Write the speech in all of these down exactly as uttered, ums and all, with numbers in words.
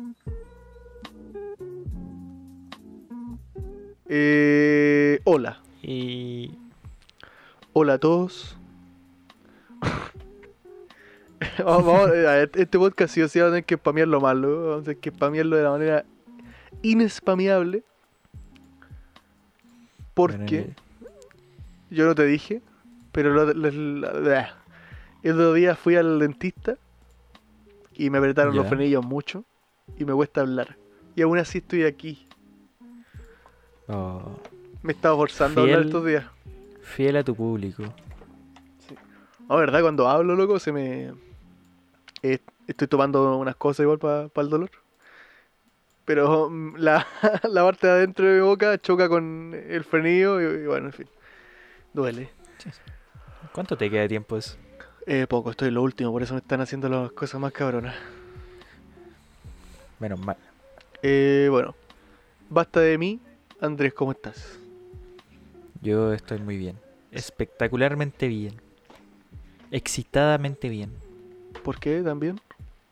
Eh, hola. Y... Hola a todos. Vamos, vamos, eh, este podcast sí o sí va a tener que spamearlo malo. Vamos a tener que spamearlo de la manera inespameable. Porque Bueno, yo no te dije, pero lo, lo- lo- la- el otro día fui al dentista y me apretaron los ya. frenillos mucho y me cuesta hablar. Y aún así estoy aquí. Oh, Me he estado forzando a hablar fiel, estos días. fiel a tu público. No, verdad, cuando hablo, loco, se me... eh, estoy tomando unas cosas igual para el dolor. Pero mm, la, la parte de adentro de mi boca choca con el frenillo y, y bueno, en fin. Duele. ¿Cuánto te queda de tiempo eso? Eh, poco, estoy en lo último, por eso me están haciendo las cosas más cabronas. Menos mal. Eh, bueno, basta de mí. Andrés, ¿cómo estás? Yo estoy muy bien. Espectacularmente bien. Excitadamente bien. ¿Por qué también?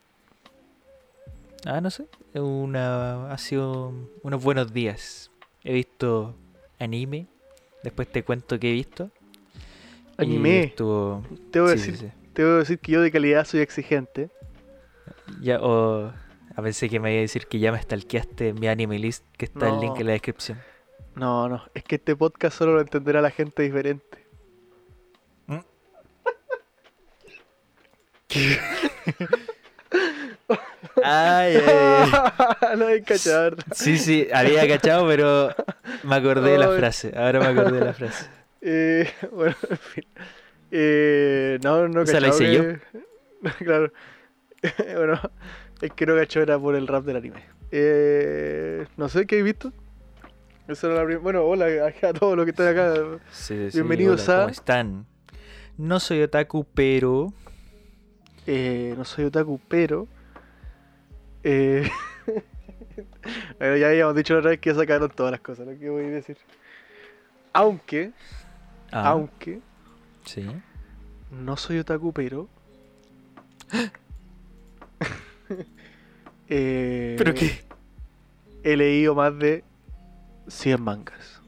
Ah, no sé. Una, ha sido unos buenos días. He visto anime. Después te cuento qué he visto. Y Anime. estuvo... Te voy a Sí, sí, decir, sí. te voy a decir que yo de calidad soy exigente. Ya, o... a pensé que me iba a decir que ya me stalkeaste en mi anime list, que está el link No. en la descripción. No, no, es que este podcast solo lo entenderá la gente diferente. ¿Mm? Ay, ay, ay. No hay que cachar. Sí, sí, había cachado, pero me acordé de la Ay. frase. Ahora me acordé de la frase. Eh, bueno, en fin. Eh, no, no he Esa la cachado hice yo. que... Claro. Bueno, es que no cachó era por el rap del anime. Eh, no sé, ¿qué he visto? Esa era la prim- Bueno, hola a todos los que están acá. Sí, sí, Bienvenidos hola, a- ¿cómo están? No soy otaku, pero... Eh, no soy otaku, pero... Eh... bueno, ya habíamos dicho la otra vez que ya sacaron todas las cosas, ¿no? ¿Qué voy a decir? Aunque, Ah, aunque, sí. no soy otaku, pero... eh, ¿Pero qué? He leído más de cien mangas.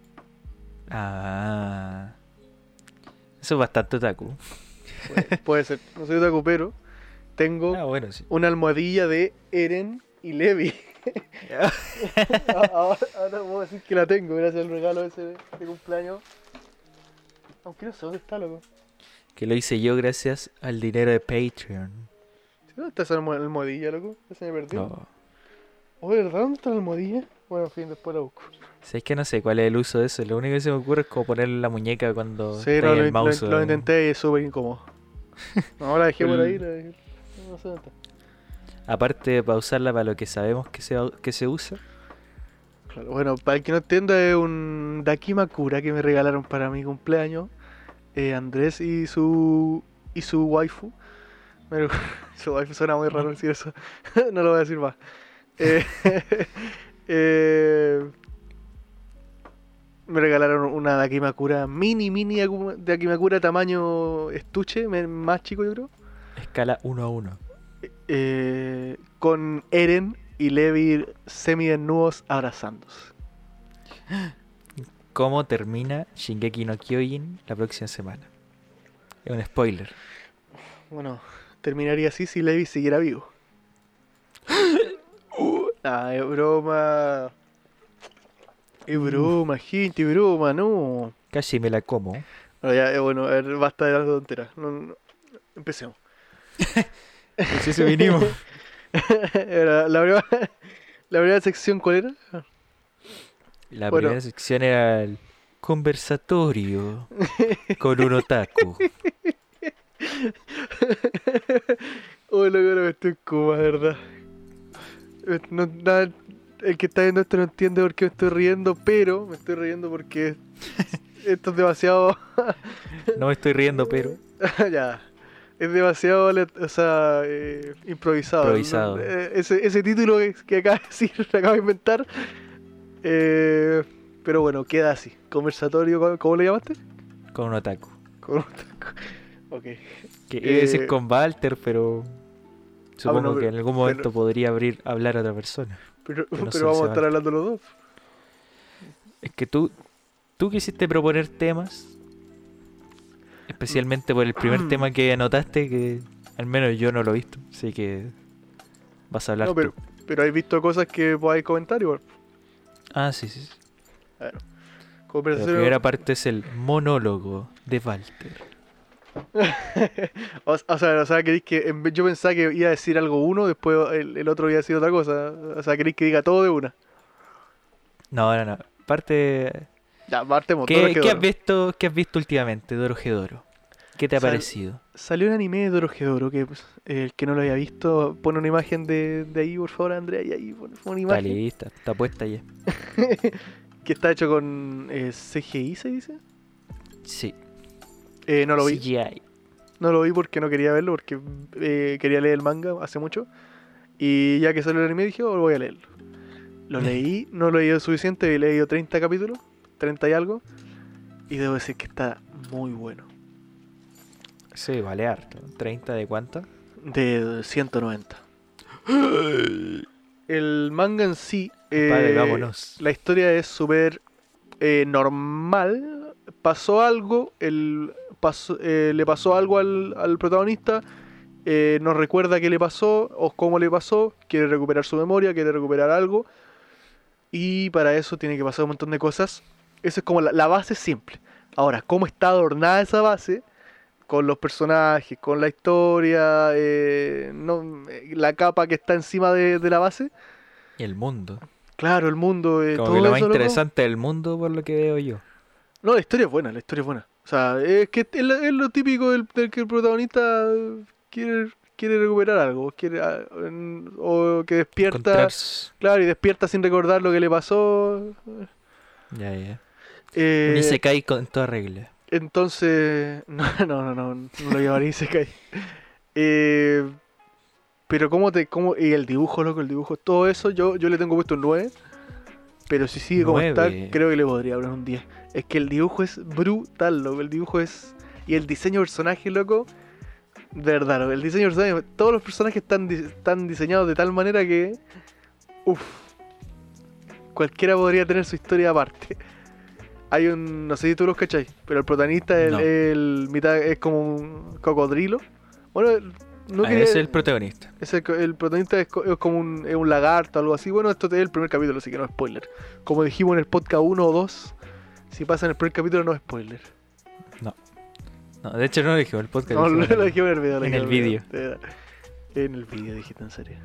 Ah... Eso es bastante otaku. Puede, puede ser, no soy otaku, pero tengo Ah, bueno, sí. una almohadilla de Eren y Levi. ahora, ahora puedo decir que la tengo gracias al regalo ese de, de cumpleaños. Aunque no sé dónde está, loco. Que lo hice yo gracias al dinero de Patreon. ¿Dónde está esa almo- almohadilla, loco? Ya se me perdió. No. Oh, ¿verdad? ¿Dónde está la almohadilla? Bueno, en fin, después la busco. ¿Sabes que no sé cuál es el uso de eso? Lo único que se me ocurre es como ponerle la muñeca cuando Sí, está no, ahí lo, el lo- mouse. lo o- intenté y es súper incómodo. No, la dejé por El- ahí, la dejé. No sé dónde está. Aparte de para usarla para lo que sabemos que se, que se usa. Claro, bueno, para el que no entienda, es un Dakimakura que me regalaron para mi cumpleaños. Eh, Andrés y su y su waifu. Pero, su waifu suena muy raro decir eso. No lo voy a decir más. Eh, eh, me regalaron una Dakimakura mini, mini Aku- Dakimakura tamaño estuche, me- más chico yo creo. Escala uno a uno. Eh, con Eren y Levi semidesnudos abrazándose. ¿Cómo termina Shingeki no Kyojin la próxima semana? Es un spoiler. Bueno, terminaría así si Levi siguiera vivo. Ah, es broma. Es broma, gente, es broma, no. Casi me la como. Bueno, ya, eh, bueno, a ver, basta de las tonteras. No, no, empecemos. Pues eso vinimos. Era la, primera, la primera sección, ¿cuál era? La Bueno. primera sección era el conversatorio con un otaku. Oh, loco, no me estoy como, de verdad. Eh, No, nada, el que está viendo esto no entiende por qué me estoy riendo, pero me estoy riendo porque esto es demasiado. No me estoy riendo, pero... Ya. Es demasiado, ale- o sea, eh, improvisado. Improvisado. ¿no? Eh, ese, ese título que, que acaba de decir, lo acabo de inventar. Eh, pero bueno, queda así. Conversatorio, ¿cómo, cómo le llamaste? Con un otaku. Con- Ok. Que iba a decir Eh, con Walter, pero... Supongo no, que pero- en algún momento pero- podría abrir, hablar a otra persona. Pero, Que no pero sé, vamos se a estar vale. hablando los dos. Es que tú, tú quisiste proponer temas, especialmente por el primer tema que anotaste, que al menos yo no lo he visto, así que vas a hablar No, pero, tú. pero ¿has visto cosas que podáis comentar igual? Ah, sí, sí. sí. Bueno, La conversación. primera parte es el monólogo de Walter. o, o sea, o sea, queréis que en vez- yo pensaba que iba a decir algo uno, después el, el otro iba a decir otra cosa. O sea, queréis que diga todo de una. No, no, no. Parte. Ya, partemos. ¿Qué, ¿qué has Dorohedoro. visto, ¿Qué has visto últimamente, Dorohedoro? ¿Qué te ha Sal- parecido? Salió un anime de Dorohedoro que pues, el que no lo había visto, pone una imagen de, de ahí, por favor, Andrea, y ahí pone una Está imagen lista, está puesta ya. que está hecho con eh, C G I, se dice. Sí. Eh, no lo vi. C G I. No lo vi porque no quería verlo, porque eh, quería leer el manga hace mucho. Y ya que salió el anime dije, oh, voy a leerlo. Lo leí, no lo he leído suficiente, he leído treinta capítulos, treinta y algo. Y debo decir que está muy bueno. Sí, vale harto. ¿treinta de cuánto? De ciento noventa. El manga en sí, Padre, eh, vámonos. la historia es súper eh, normal. Pasó algo, el, pasó- eh, le pasó algo al, al protagonista. Eh, nos recuerda qué le pasó o cómo le pasó. Quiere recuperar su memoria, quiere recuperar algo. Y para eso tiene que pasar un montón de cosas. Esa es como la, la base simple. Ahora, ¿cómo está adornada esa base? Con los personajes, con la historia, eh, no, eh, la capa que está encima de, de la base. Y el mundo. Claro, el mundo, eh, Como todo que lo más eso, loco. interesante del mundo, por lo que veo yo. No, la historia es buena, la historia es buena. O sea, es que es lo, es lo típico del, del que el protagonista quiere, quiere recuperar algo, quiere ah, en- o que despierta, Encontrar... s- claro, y despierta sin recordar lo que le pasó. Ya, ya. Un Eh, Isekai con toda regla. entonces, no, no, no, no, no lo llamaría Isekai. Eh, pero cómo te, cómo, y el dibujo, loco, el dibujo, todo eso, yo, yo le tengo puesto un nueve. Pero si sigue como está, Nueve. creo que le podría hablar un diez. Es que el dibujo es brutal, loco. El dibujo es. Y el diseño de personaje, loco. De verdad, loco. El diseño de personaje. Todos los personajes están, di- están diseñados de tal manera que. Uff. Cualquiera podría tener su historia aparte. Hay un. No sé si tú los cachai. Pero el protagonista es No. el, el mitad, es como un cocodrilo. Bueno, no Ah, quería. ese es el protagonista. Es el, co- el protagonista es, co- es como un, es un lagarto o algo así. Bueno, esto es el primer capítulo, así que no es spoiler. Como dijimos en el podcast uno o dos, si pasa en el primer capítulo no es spoiler. No, de hecho no lo dijimos en el podcast. No, lo lo, dijimos lo en- dijimos en el video. lo en dijimos el vídeo. de verdad. En el vídeo, dijiste en serio.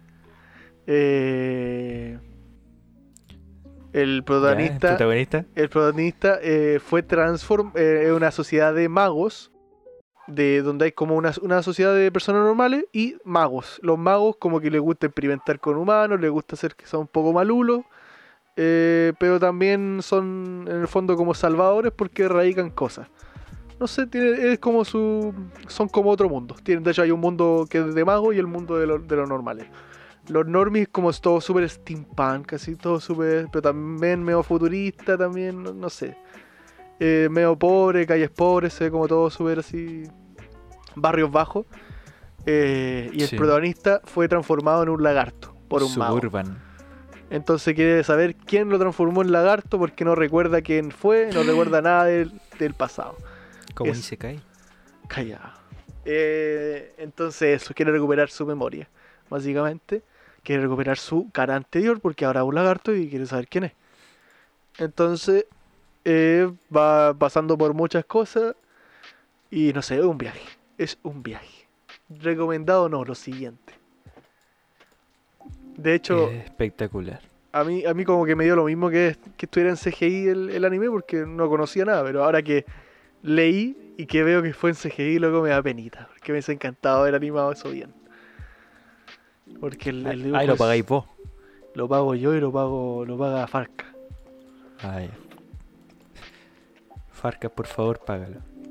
Eh, el Ya, el protagonista, protagonista. el protagonista eh, fue transform eh, en una sociedad de magos. De donde hay como una, una sociedad de personas normales y magos. Los magos como que les gusta experimentar con humanos, les gusta hacer que son un poco malulos, eh, pero también son en el fondo como salvadores porque erradican cosas. No sé, tiene, es como su, son como otro mundo. Tienen, de hecho hay un mundo que es de magos y el mundo de, lo- de los normales. Los normies como es todo súper steampunk, casi todo súper, pero también medio futurista también, no, no sé. Eh, medio pobre, calles pobres, se ve como todo súper así, barrios bajos. Eh, y el Sí. protagonista fue transformado en un lagarto por un mago. Suburban. Entonces quiere saber quién lo transformó en lagarto porque no recuerda quién fue, no recuerda nada del, del pasado. Como Es- dice Kai. Callado. Eh, entonces eso, quiere recuperar su memoria, básicamente. Quiere recuperar su cara anterior porque ahora es un lagarto y quiere saber quién es. Entonces eh, va pasando por muchas cosas y no sé, es un viaje. Es un viaje. Recomendado no, lo siguiente. De hecho, Es espectacular. a mí, a mí como que me dio lo mismo que, que estuviera en C G I el, el anime porque no conocía nada, pero ahora que leí y que veo que fue en C G I, luego me da penita, porque me hubiese encantado haber animado eso bien. Porque el, el dibujo Ahí lo es- pagáis vos. lo pago yo y lo pago lo paga Farca. Ah, ya. Farcas, por favor, págalo.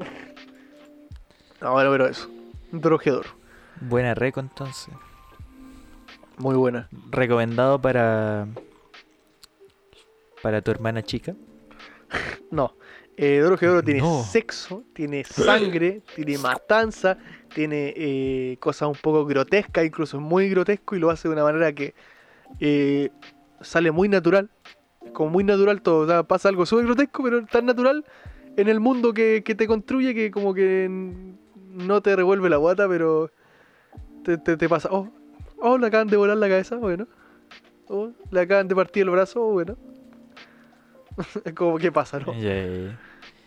No, bueno, pero eso. Dorohedoro. Buena reco entonces. Muy buena. Recomendado para. Para tu hermana chica. No. Eh, Dorohedoro tiene No. sexo, tiene sangre, tiene matanza, tiene eh, cosas un poco grotescas, incluso muy grotesco, y lo hace de una manera que eh, sale muy natural. Como muy natural todo, o sea, pasa algo súper grotesco, pero tan natural en el mundo que, que te construye que como que no te revuelve la guata, pero te, te, te pasa, oh, oh, le acaban de volar la cabeza, bueno, oh, le acaban de partir el brazo, oh, bueno. Como que pasa, ¿no? Ya, ya, ya.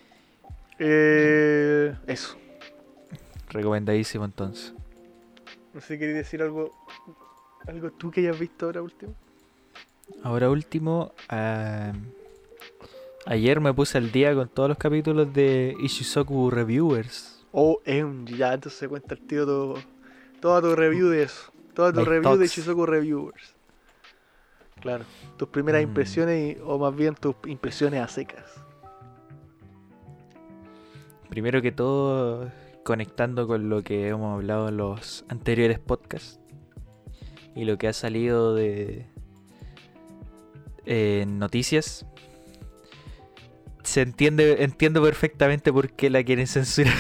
Eh, eso. Recomendadísimo entonces. No sé si queréis decir algo, algo tú que hayas visto ahora último. Ahora último, ah, ayer me puse al día con todos los capítulos de Ishizoku Reviewers. Oh, es un ya, entonces cuenta el tío todo, toda tu review de eso. Toda tu My review de thoughts. Shizuku Reviewers. Claro, tus primeras Mm. impresiones y- o más bien tus impresiones a secas. Primero que todo, conectando con lo que hemos hablado en los anteriores podcasts y lo que ha salido de eh, noticias, se entiende, entiendo perfectamente por qué la quieren censurar.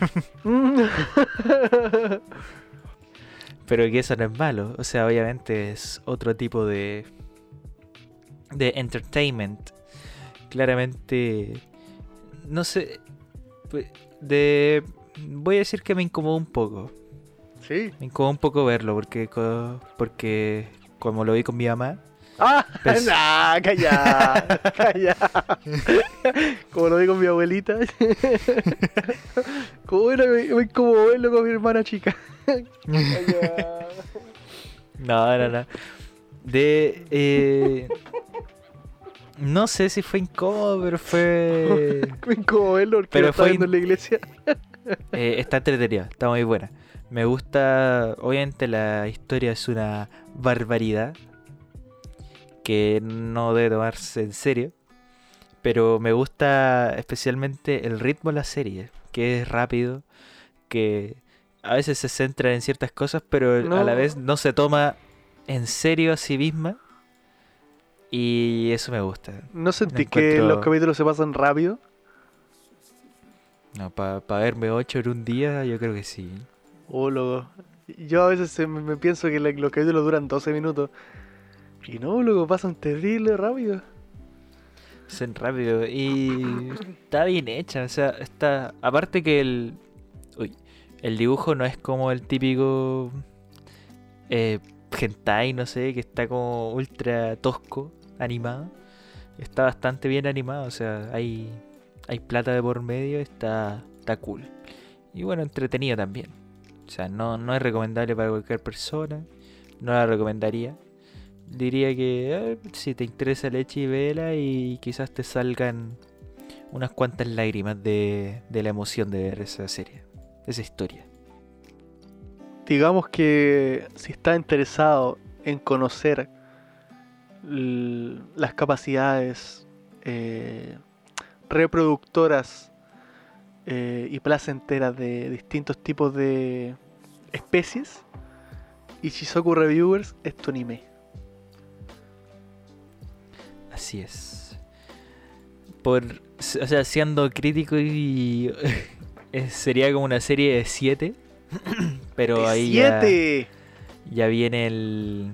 Pero que eso no es malo. O sea, obviamente es otro tipo de de entertainment. Claramente, no sé, pues, de voy a decir que me incomodó un poco. Sí. Me incomodó un poco verlo porque co- porque como lo vi con mi mamá, Ah, Pens- nah, calla, calla. Como lo vi con mi abuelita. Como era, me, me incomodó verlo con mi hermana chica. Calla. no, no, no. De eh, no sé si fue incómodo, pero fue Me incomodó verlo porque Pero lo estaba fue viendo in- en la iglesia. Eh, está entretenida, está muy buena. Me gusta, obviamente la historia es una barbaridad que no debe tomarse en serio, pero me gusta especialmente el ritmo de la serie, que es rápido, que a veces se centra en ciertas cosas, pero a la No. vez no se toma en serio a sí misma, y eso me gusta. ¿No sentí Lo que los encuentro- capítulos se pasan rápido? No, para verme ocho en un día, yo creo que sí. Oh, loco. Yo a veces se me, me pienso que la- los capítulos duran doce minutos. Y no, loco, pasan terrible rápido. Son rápido y está bien hecha, o sea, está aparte que el uy, el dibujo no es como el típico eh, hentai, no sé, que está como ultra tosco animado. Está bastante bien animado, o sea, hay hay plata de por medio, está está cool. Y bueno, entretenido también. O sea, no no es recomendable para cualquier persona, no la recomendaría. Diría que eh, si te interesa leche y vela y quizás te salgan unas cuantas lágrimas de, de la emoción de ver esa serie, esa historia. Digamos que si estás interesado en conocer l- las capacidades eh, reproductoras eh, y placenteras de distintos tipos de especies, Ichizoku Reviewers es tu anime. Así es. Por, o sea, siendo crítico y eh, sería como una serie de siete, pero ahí ya, ¡Siete! ya viene el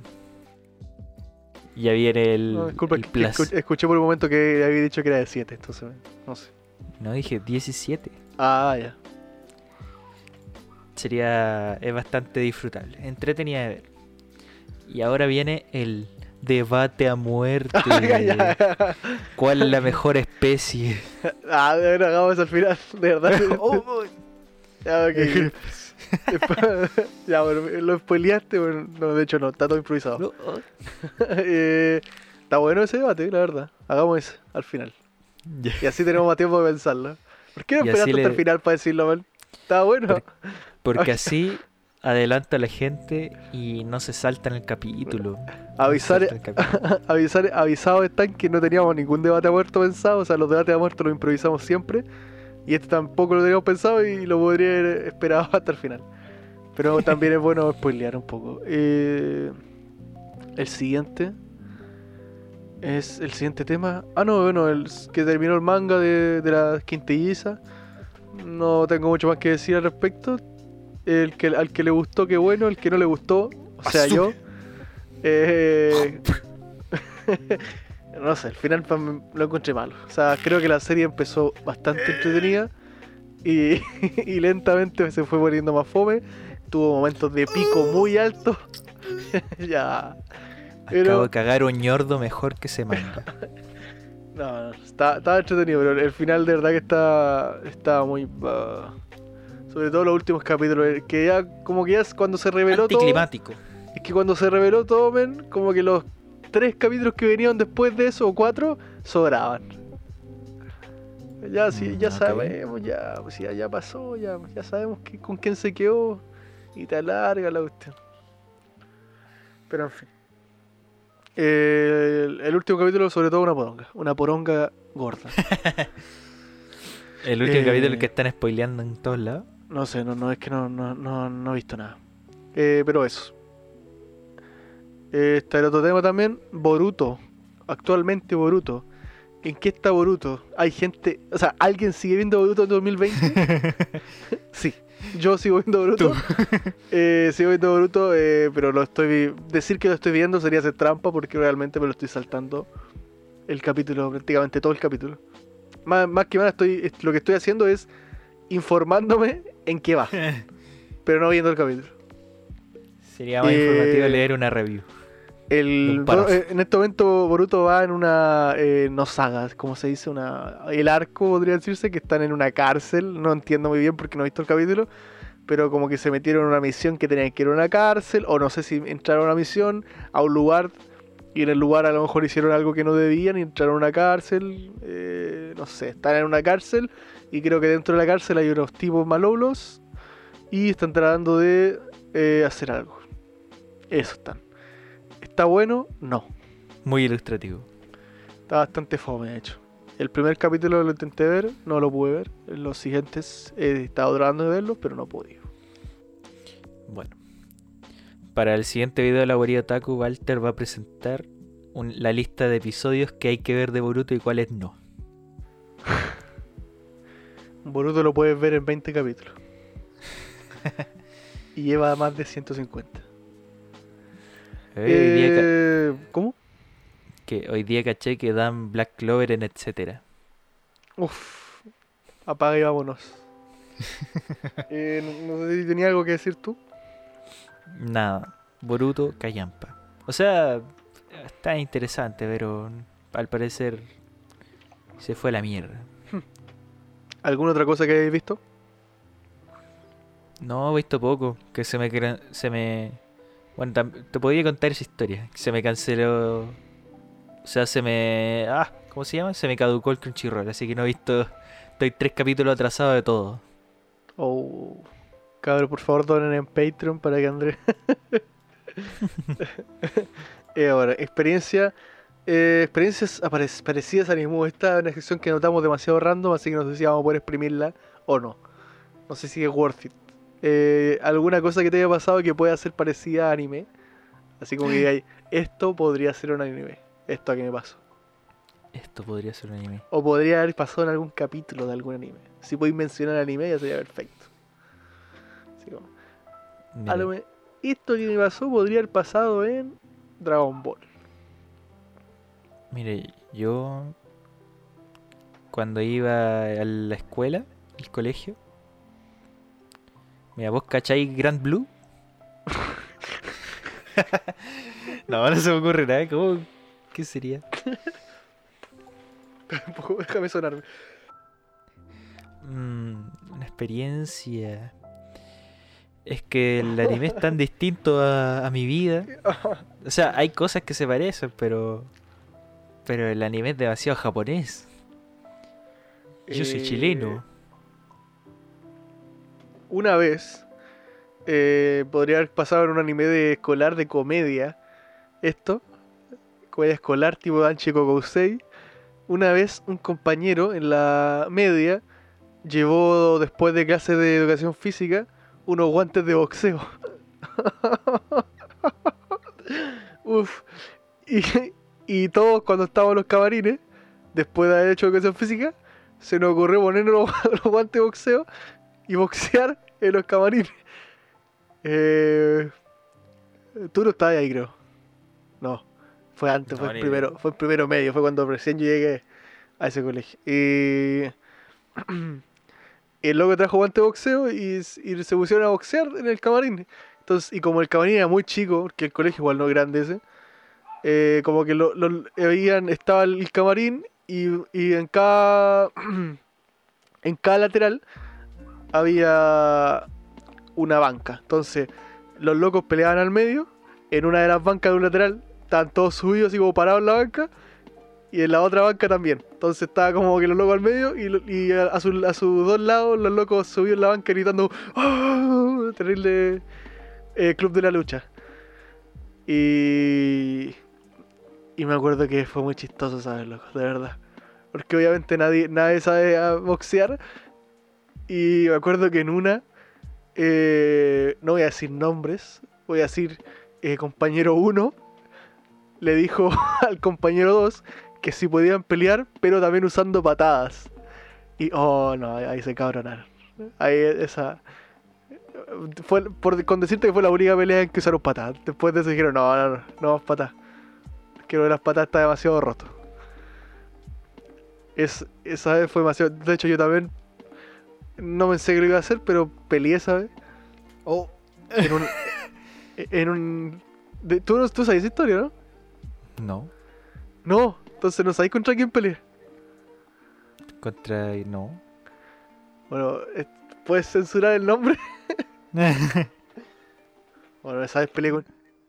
ya viene el, No, disculpa, el que- que plus. escuché, escuché por un momento que había dicho que era de siete, entonces no sé. No dije diecisiete. Ah, ya. Sería es bastante disfrutable, entretenida de ver. Y ahora viene el debate a muerte. Ya. ¿Cuál es la mejor especie? Ah, de verdad, hagamos eso al final, de verdad. Oh, oh. Ya, ok. Después- ya, bueno, lo spoileaste, bueno, no, de hecho no, está todo improvisado. No, oh. Eh, está bueno ese debate, la verdad. Hagamos ese al final. Ya. Y así tenemos más tiempo de pensarlo. ¿Por qué no Y esperaste así hasta le- el final para decirlo, man? Está bueno. Por- Porque así adelanta a la gente y no se salta en el capítulo. Avisar, No se salta en el capítulo. avisar, avisados están que no teníamos ningún debate a muerto pensado. O sea, los debates a muerto los improvisamos siempre. Y este tampoco lo teníamos pensado y lo podría haber esperado hasta el final. Pero también es bueno spoilear un poco. Eh, el siguiente es el siguiente tema. Ah, no, bueno, el que terminó el manga de, de la quintilliza. No tengo mucho más que decir al respecto. El que, al que le gustó, qué bueno. El que no le gustó, o sea, Azul. yo. Eh, no sé, al final pa- lo encontré malo. O sea, creo que la serie empezó bastante entretenida y, y lentamente se fue poniendo más fome. Tuvo momentos de pico muy altos. Ya. Acabo Pero de cagar un ñordo mejor que ese manga. no, no, está, estaba entretenido, pero el final de verdad que está, está muy... ah, sobre todo los últimos capítulos, eh, que ya como que ya es cuando se reveló todo... Anticlimático. Es que cuando se reveló todo, men, como que los tres capítulos que venían después de eso, o cuatro, sobraban. Ya, sí, Mm, ya ok. sabemos, ya, pues ya, ya pasó, ya, ya sabemos que, con quién se quedó. Y te alarga la cuestión. Pero en fin. Eh, el, el último capítulo, sobre todo, una poronga. Una poronga gorda. El último Eh, capítulo que están spoileando en todos lados. No sé, no, no es que no, no, no, no he visto nada. Eh, pero eso. Eh, está el otro tema también, Boruto. Actualmente Boruto. ¿En qué está Boruto? Hay gente... O sea, ¿alguien sigue viendo Boruto en dos mil veinte? Sí. Yo sigo viendo Boruto. Eh, sigo viendo Boruto, eh, pero lo estoy... vi- Decir que lo estoy viendo sería hacer trampa porque realmente me lo estoy saltando el capítulo, prácticamente todo el capítulo. Más, más que nada, estoy, es- lo que estoy haciendo es informándome en qué va, pero no viendo el capítulo. Sería más Eh, informativo leer una review. El, Un párrafo. eh, en este momento Boruto va en una, eh, no saga, como se dice, una, el arco podría decirse, que están en una cárcel, no entiendo muy bien porque no he visto el capítulo, pero como que se metieron en una misión que tenían que ir a una cárcel, o no sé si entraron a una misión, a un lugar, y en el lugar a lo mejor hicieron algo que no debían y entraron a una cárcel, eh, no sé, están en una cárcel, y creo que dentro de la cárcel hay unos tipos maloblos, y están tratando de eh, hacer algo. Eso están. ¿Está bueno? No. Muy ilustrativo. Está bastante fome, de hecho. El primer capítulo lo intenté ver, no lo pude ver. Los siguientes he estado tratando de verlos, pero no he podido. Bueno. Para el siguiente video de la guarida Otaku, Walter va a presentar un- la lista de episodios que hay que ver de Boruto y cuáles no. Boruto lo puedes ver en veinte capítulos. Y lleva más de ciento cincuenta. Eh, hoy día ca- Eh, ¿Cómo? que hoy día caché que dan Black Clover en etcétera. Uf. Apaga y vámonos. Eh, no, no sé si tenía algo que decir tú. Nada. Boruto Callampa. O sea, está interesante, pero al parecer se fue a la mierda. ¿Alguna otra cosa que hayáis visto? No, he visto poco. Que se me... cre- se me... Bueno, tam- te podía contar esa historia. Que se me canceló... O sea, se me... Ah, ¿cómo se llama? Se me caducó el Crunchyroll. Así que no he visto... Estoy tres capítulos atrasado de todo. Oh. Cabrón, por favor, donen en Patreon para que Andrés... Eh, ahora, experiencia... eh, experiencias apare- parecidas a Animu. Esta es una sección que notamos demasiado random, así que no sé si vamos a poder exprimirla o no. No sé si es worth it. Eh, ¿Alguna cosa que te haya pasado que pueda ser parecida a anime? Así como que digáis, esto podría ser un anime. Esto a qué me pasó. Esto podría ser un anime. O podría haber pasado en algún capítulo de algún anime. Si podéis mencionar anime ya sería perfecto. Así como, Mira, a lo me- esto que me pasó podría haber pasado en Dragon Ball. mire, yo... Cuando iba a la escuela, al colegio... Mira, ¿vos cacháis Grand Blue? No, no se me ocurre nada. ¿Cómo? ¿Qué sería? Un poco, déjame sonarme. Mm, una experiencia. Es que el anime es tan distinto a, a mi vida. O sea, hay cosas que se parecen, pero. Pero el anime es demasiado japonés. Yo soy Eh, chileno. Una vez eh, podría haber pasado en un anime de escolar de comedia. Esto, comedia escolar tipo Danchico Kousei. Una vez un compañero en la media llevó después de clase de educación física unos guantes de boxeo. Uf. Y, y todos cuando estábamos en los camarines, después de haber hecho educación física, se nos ocurrió poner los, los guantes de boxeo y boxear en los camarines. Eh, tú no estabas ahí, creo. No, fue antes, No, fue, el ni primero, fue el primero medio, fue cuando recién yo llegué a ese colegio. Y el loco trajo guantes de boxeo y, y se pusieron a boxear en el camarín. Entonces, y como el camarín era muy chico, porque el colegio igual no es grande ese, eh, como que lo, lo- habían, estaba el camarín y, y en cada en cada lateral había una banca. Entonces, los locos peleaban al medio. En una de las bancas de un lateral estaban todos subidos así como parados en la banca. Y en la otra banca también. Entonces estaba como que los locos al medio y, lo- y a, a su- a sus dos lados los locos subidos en la banca gritando ¡Oh! Terrible eh, club de la lucha. Y... Y me acuerdo que fue muy chistoso, ¿sabes, loco? De verdad. Porque obviamente nadie, nadie sabe a boxear. Y me acuerdo que en una... eh, no voy a decir nombres. Voy a decir eh, compañero uno le dijo al compañero dos que si podían pelear, pero también usando patadas. Y oh no, ahí se cabronaron. Ahí esa fue por con decirte que fue la única pelea en que usaron patadas. Después de eso dijeron, no, no, no, no más patadas. Que lo de las patadas está demasiado roto. Es, esa vez fue demasiado. De hecho, yo también no pensé que lo iba a hacer, pero peleé esa vez. Oh. En un. En un. de- ¿tú, no- tú sabes esa historia, ¿no? No. No, entonces no sabéis contra quién peleé. Contra. No. Bueno, eh, ¿puedes censurar el nombre? Bueno, esa vez peleé con.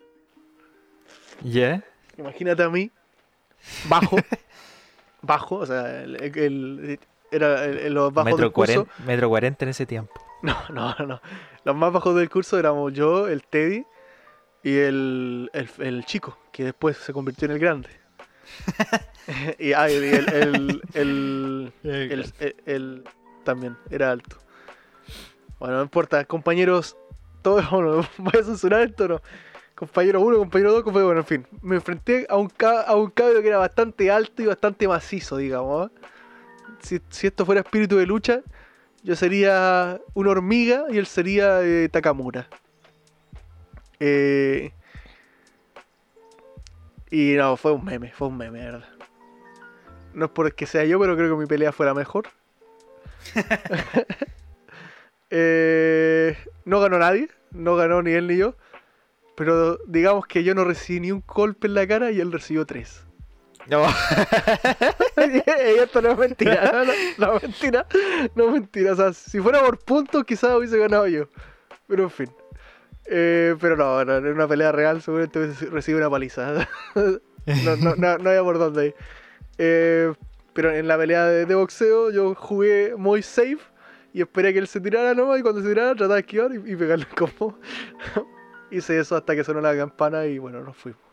¿Ya? Imagínate a mí, bajo, bajo, o sea, el, el- era el- el- los bajos Metro del curso. cuarenta, metro cuarenta en ese tiempo. No, no, no. Los más bajos del curso éramos yo, el Teddy y el, el, el chico, que después se convirtió en el grande. y ah, y el, el, el, el, el- el- el- también era alto. Bueno, no importa, compañeros, todos, bueno, voy a censurar esto, no. Compañero uno, compañero dos, compañero, bueno, en fin. Me enfrenté a un, ca- a un cabro que era bastante alto y bastante macizo, digamos. ¿eh? Si, si esto fuera espíritu de lucha, yo sería una hormiga y él sería eh, Takamura. Eh, y no, fue un meme, fue un meme, de verdad. No es porque sea yo, pero creo que mi pelea fuera mejor. Eh, no ganó nadie, no ganó ni él ni yo. Pero digamos que yo no recibí ni un golpe en la cara y él recibió tres. No. Y esto no es mentira, no, no, no, mentira, no mentira. O sea, si fuera por puntos quizás hubiese ganado yo. Pero en fin. Eh, pero no, no, en una pelea real seguramente hubiese recibido una paliza. No, no, no, no había por dónde ahí. Eh, pero en la pelea de, de boxeo yo jugué muy safe y esperé que él se tirara nomás y cuando se tirara trataba de esquivar y, y pegarle el combo. Hice eso hasta que sonó la campana y bueno, nos fuimos.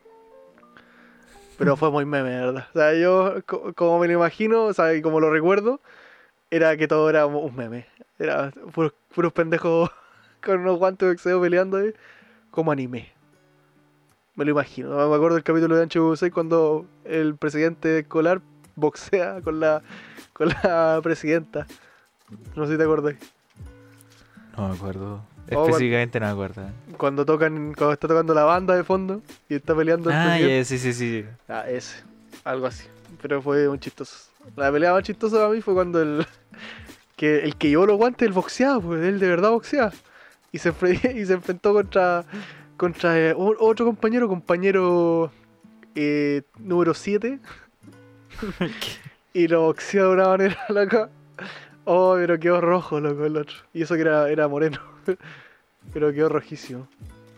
Pero fue muy meme, de verdad. O sea, yo, co- como me lo imagino, o sea, y como lo recuerdo, era que todo era un meme. Era puros, puros pendejos con unos guantes de boxeo peleando ahí, como anime. Me lo imagino. Me acuerdo del capítulo de H B seis cuando el presidente escolar boxea con la, con la presidenta. No sé si te acuerdas. No me acuerdo. Oh, Específicamente no me acuerdo. Cuando tocan, cuando está tocando la banda de fondo y está peleando el Ah, presidente. ya, sí, sí, sí. Ah, ese. Algo así. Pero fue muy chistoso. La pelea más chistosa para mí fue cuando el que el que llevó los guantes, el boxeaba, pues él de verdad boxeaba. Y se, enfre- y se enfrentó contra contra eh, o- otro compañero, compañero eh, número siete. Y lo boxeó de una manera loca. Oh, pero quedó rojo, loco, el otro. Y eso que era, era moreno. Pero quedó rojísimo.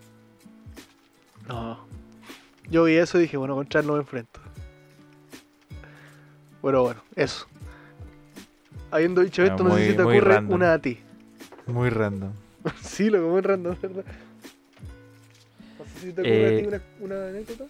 No. Yo vi eso y dije, bueno, contra él no me enfrento. Bueno, bueno, eso. Habiendo dicho Ah, esto, no sé muy- si te muy ocurre random. una a ti. Muy random. Sí, loco, muy random, ¿verdad? No sé si te ocurre a Eh, ti una, una anécdota.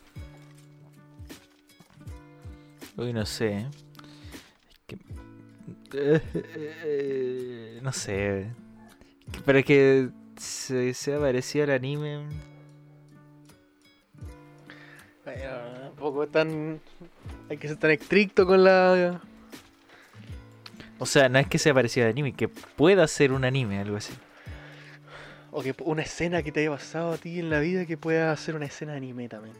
Uy, no sé. Es que... eh, eh, no sé. Pero es que se, se ha parecido al anime. Bueno, tampoco es tan... Hay que ser tan estricto con la... O sea, no es que sea parecido al anime, que pueda ser un anime, algo así. O que una escena que te haya pasado a ti en la vida que pueda ser una escena de anime también.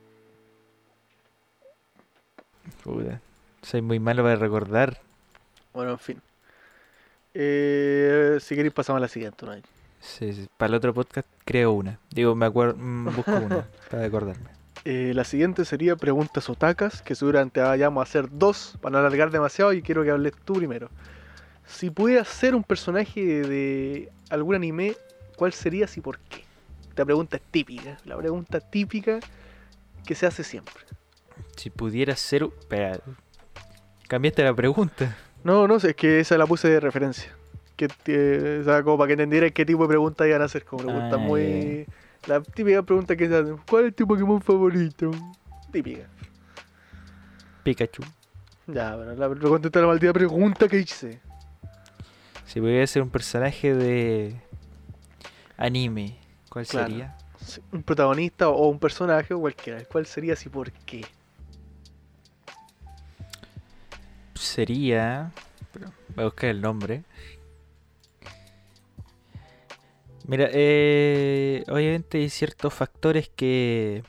Puta. Soy muy malo para recordar. Bueno, en fin. Eh, si queréis pasamos a la siguiente, ¿no? Sí, sí. Para el otro podcast creo una. Digo, me acuerdo, busco una para acordarme. Eh, la siguiente sería preguntas otacas, que seguramente vayamos a hacer dos para no alargar demasiado y quiero que hables tú primero. Si pudieras ser un personaje de algún anime, ¿cuál serías y por qué? Esta pregunta es típica, la pregunta típica que se hace siempre. Si pudiera ser... Espera, cambiaste la pregunta. No, no sé, es que esa la puse de referencia. Que, eh, o sea, como para que entendieras qué tipo de preguntas iban a hacer, como preguntas Ah, muy... La típica pregunta que se hacen, ¿cuál es tu Pokémon favorito? Típica. Pikachu. Ya, bueno, la, lo contesté la maldita pregunta que hice. Si pudiera ser un personaje de anime, ¿cuál Claro. sería? Un protagonista o un personaje o cualquiera. ¿Cuál sería y por qué? Sería... pero voy a buscar el nombre. Mira, eh, obviamente hay ciertos factores que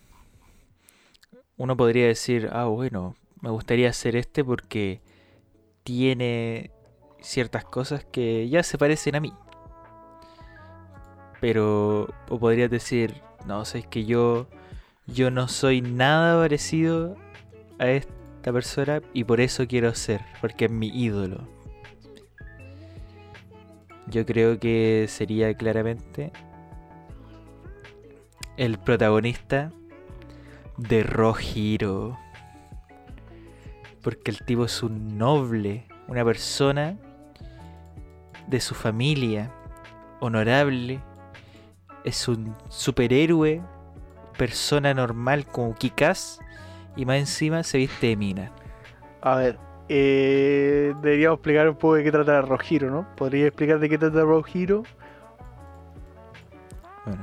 uno podría decir, ah, bueno, me gustaría hacer este porque tiene ciertas cosas que ya se parecen a mí. Pero, o podrías decir, no, sé, es que yo, yo no soy nada parecido a esta persona y por eso quiero ser, porque es mi ídolo. Yo creo que sería claramente el protagonista de Rohiro. Porque el tipo es un noble, una persona de su familia, honorable. Es un superhéroe, persona normal como Kikaz. Y más encima se viste de mina. A ver, eh, deberíamos explicar un poco de qué trata Rohiro, ¿no? ¿Podría explicar de qué trata Rohiro? Bueno,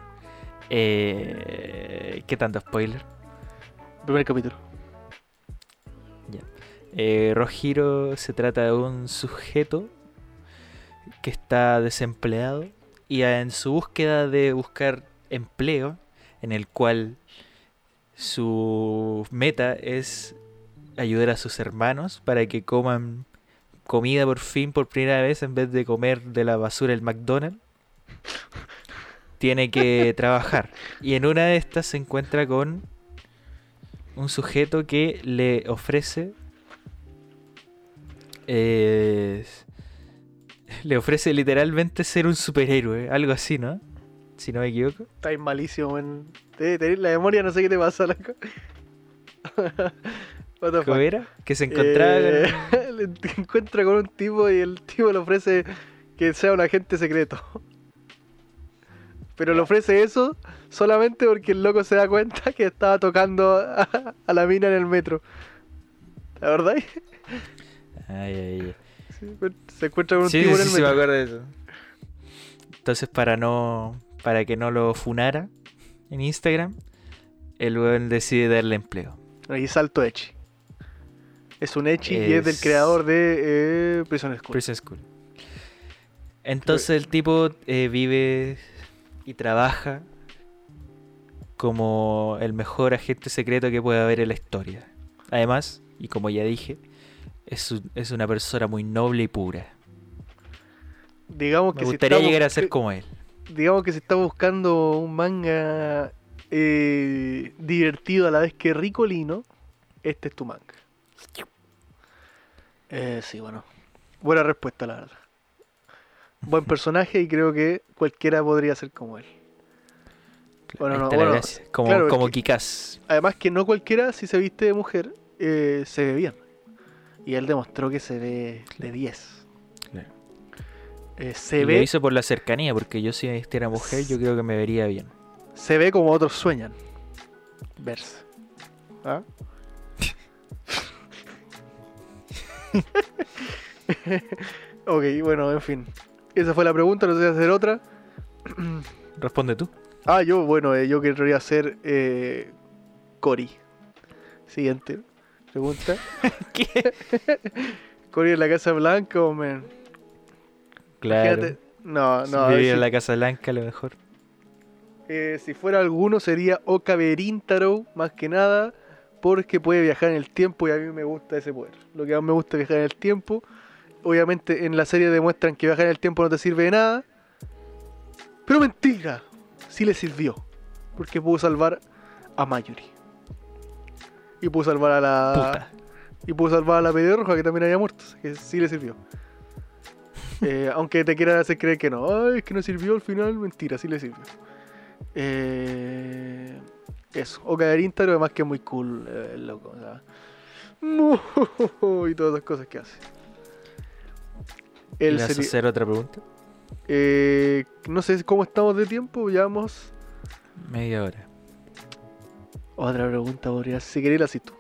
eh, ¿qué tanto spoiler? Primer capítulo. Eh, Rohiro se trata de un sujeto que está desempleado y en su búsqueda de buscar empleo, en el cual su meta es ayudar a sus hermanos para que coman comida por fin por primera vez en vez de comer de la basura el McDonald's, tiene que trabajar. Y en una de estas se encuentra con un sujeto que le ofrece eh, le ofrece literalmente ser un superhéroe, algo así, ¿no? Si no me equivoco. Estáis malísimo, en la memoria, no sé qué te pasa. La... ¿Cómo era? Que se encontraba eh, con... Se encuentra con un tipo y el tipo le ofrece que sea un agente secreto. Pero le ofrece eso solamente porque el loco se da cuenta que estaba tocando a, a la mina en el metro. ¿La verdad? Ay, ay, ay. Se encuentra con un Sí, tipo sí, en el sí, sí, me metro. acuerdo de eso. Entonces, para no para que no lo funara en Instagram, el weón decide darle empleo. Y Salto Echi. Es un Echi y es del Es- creador de eh, Prison School. Prison School. Entonces el tipo eh, vive y trabaja como el mejor agente secreto que puede haber en la historia. Además, y como ya dije, es, un- es una persona muy noble y pura. Digamos Me que si gustaría estamos- llegar a ser que- como él. digamos que si está buscando un manga eh, divertido a la vez que ricolino, este es tu manga. Eh, sí, bueno. Buena respuesta, la verdad. Buen personaje y creo que cualquiera podría ser como él. Bueno, Ahí no, está la bueno, gracia. Como, claro, es como que- Kikaz. Además que no cualquiera, si se viste de mujer, eh, se ve bien. Y él demostró que se ve de diez. Claro. Eh, se Y ve lo hizo por la cercanía, porque yo si me vistiera mujer, yo creo que me vería bien. se ve como otros sueñan verse. ¿Ah? Ok, bueno, en fin. Esa fue la pregunta, no sé si hacer otra. Responde tú. Ah, yo, bueno, eh, yo querría ser eh, Cory. Siguiente pregunta. ¿Qué? ¿Correr en la Casa Blanca o men? Claro. Imagínate- No, Si no. vivir si, en la Casa Blanca a lo mejor. eh, si fuera alguno sería Oka Berintaro, más que nada, porque puede viajar en el tiempo y a mí me gusta ese poder. Lo que más me gusta es viajar en el tiempo. Obviamente en la serie demuestran que viajar en el tiempo no te sirve de nada. Pero mentira, sí le sirvió. Porque pudo salvar a Mayuri. Y pudo salvar a la... Puta. Y pudo salvar a la pelirroja que también había muerto. Así que sí le sirvió. Eh, aunque te quieran hacer creer que no. Ay, es que no sirvió al final. Mentira, sí le sirvió. Eh, eso. Oka de Rintaro, además que es muy cool eh, el loco. O sea, y todas esas cosas que hace. ¿Y Él me vas a sería- hacer otra pregunta? eh, no sé cómo estamos de tiempo. Llevamos Media hora. otra pregunta. Podría, si querés la haces tú.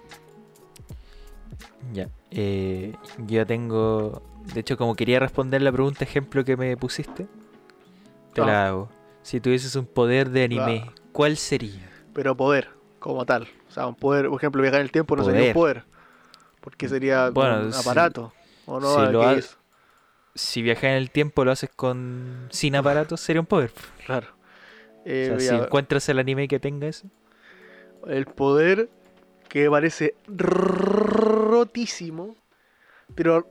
Ya. Eh, yo tengo... De hecho, como quería responder la pregunta ejemplo que me pusiste, te Ah. la hago. Si tuvieses un poder de anime, Ah. ¿cuál sería? Pero poder, como tal. O sea, un poder, por ejemplo, viajar en el tiempo no sería un Poder. poder. Porque sería como Bueno, un si- aparato. ¿O no? si ¿Qué lo ha- es? Si viajas en el tiempo lo haces con sin aparatos, sería un poder. Claro. O Eh, sea, voy si a- encuentras el anime que tenga eso. el poder que me parece rotísimo. Pero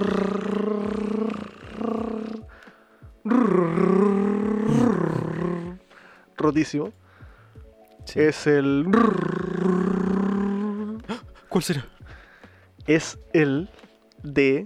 rotísimo. Sí. Es el ¿Cuál será? es el de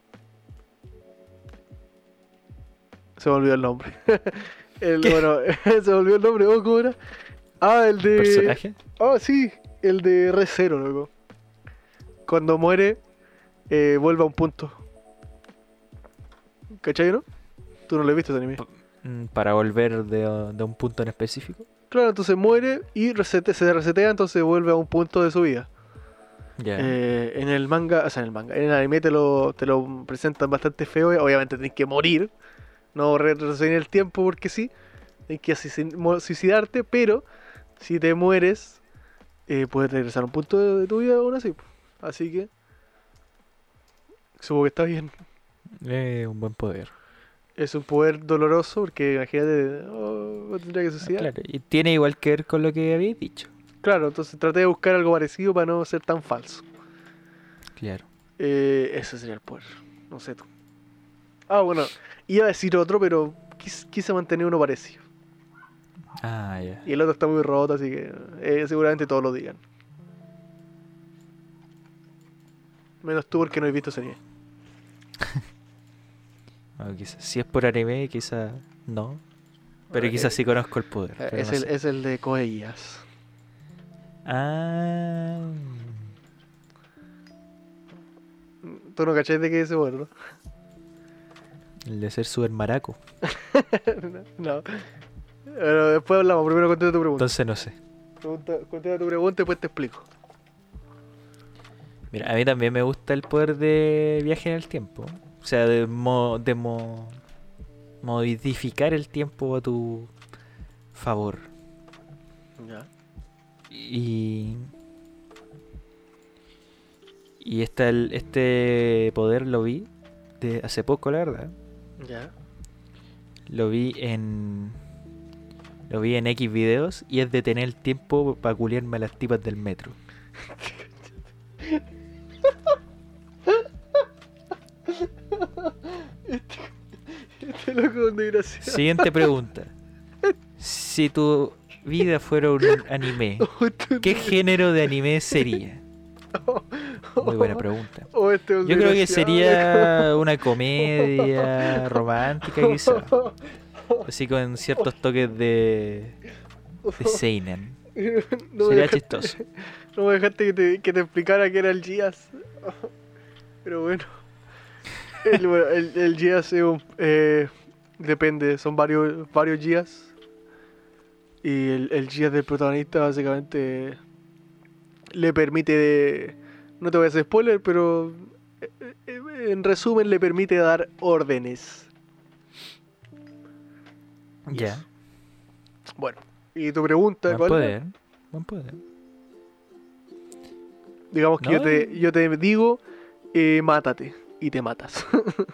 se me olvidó el nombre. el, ¿Qué? bueno, se me olvidó el nombre. ¿Oh, cómo era? Ah, el de ¿Personaje? Ah, sí, el de Re Zero, loco. Cuando muere, eh, vuelve a un punto. ¿Cachai, no? Tú no lo viste ese anime. Mm, Para volver de, de un punto en específico. Claro, entonces muere y resete, se resetea, entonces vuelve a un punto de su vida. Ya. Eh, en el manga, o sea, en el manga, en el anime te lo, te lo presentan bastante feo. y Obviamente tenés que morir, no re- retroceder el tiempo porque sí. Tienes que asesi- mo- suicidarte, pero si te mueres, eh, puedes regresar a un punto de, de tu vida aún así. Así que, supongo que está bien. Eh, un buen poder. Es un poder doloroso porque imagínate, oh, tendría que suicidar. Claro, y tiene igual que ver con lo que habéis dicho. Claro, entonces traté de buscar algo parecido para no ser tan falso. Claro. Eh, ese sería el poder. No sé tú. Ah, bueno, iba a decir otro, pero quis- quise mantener uno parecido. Ah, ya. Y el otro está muy roto, así que eh, seguramente todos lo digan. Menos tú porque no he visto ese anime. Bueno, quizás, si es por anime, quizás no. Pero Ah, quizás eh, sí conozco el poder. eh, pero es, no el, sé. es el de Koeyas. Ah. Tú no cachai de qué es ese poder, ¿no? El de ser super maraco. No. Pero después hablamos, primero contesta tu pregunta. Entonces no sé. Pregunta- Contesta tu pregunta y después te explico. Mira, a mí también me gusta el poder de viaje en el tiempo. O sea, de, mo- de mo- modificar el tiempo a tu favor. Ya. Y. Y esta, el- este poder lo vi de hace poco, la verdad. Ya. Lo vi en. Lo vi en X videos y es de tener el tiempo para culiarme a las tipas del metro. Este loco es un desgraciado. Siguiente pregunta. Si tu vida fuera un anime, Oh, este es un ¿qué desgra- género de anime sería? Muy buena pregunta. Oh, este es un Yo creo que desgraciado, sería una comedia romántica quizá. Así con ciertos toques de, de seinen. No me Sería dejaste- chistoso. No me dejaste que te, que te explicara que era el Gias. Pero bueno. El, bueno, el, el Gias es un, eh, depende, son varios, varios Gias. Y el, el Gias del protagonista básicamente le permite, no te voy a hacer spoiler, pero eh, eh, en resumen le permite dar órdenes. Ya. Bueno, y tu pregunta, Buen ¿cuál era? poder. Buen poder. Digamos que ¿No? yo te, yo te digo, eh, mátate, y te matas.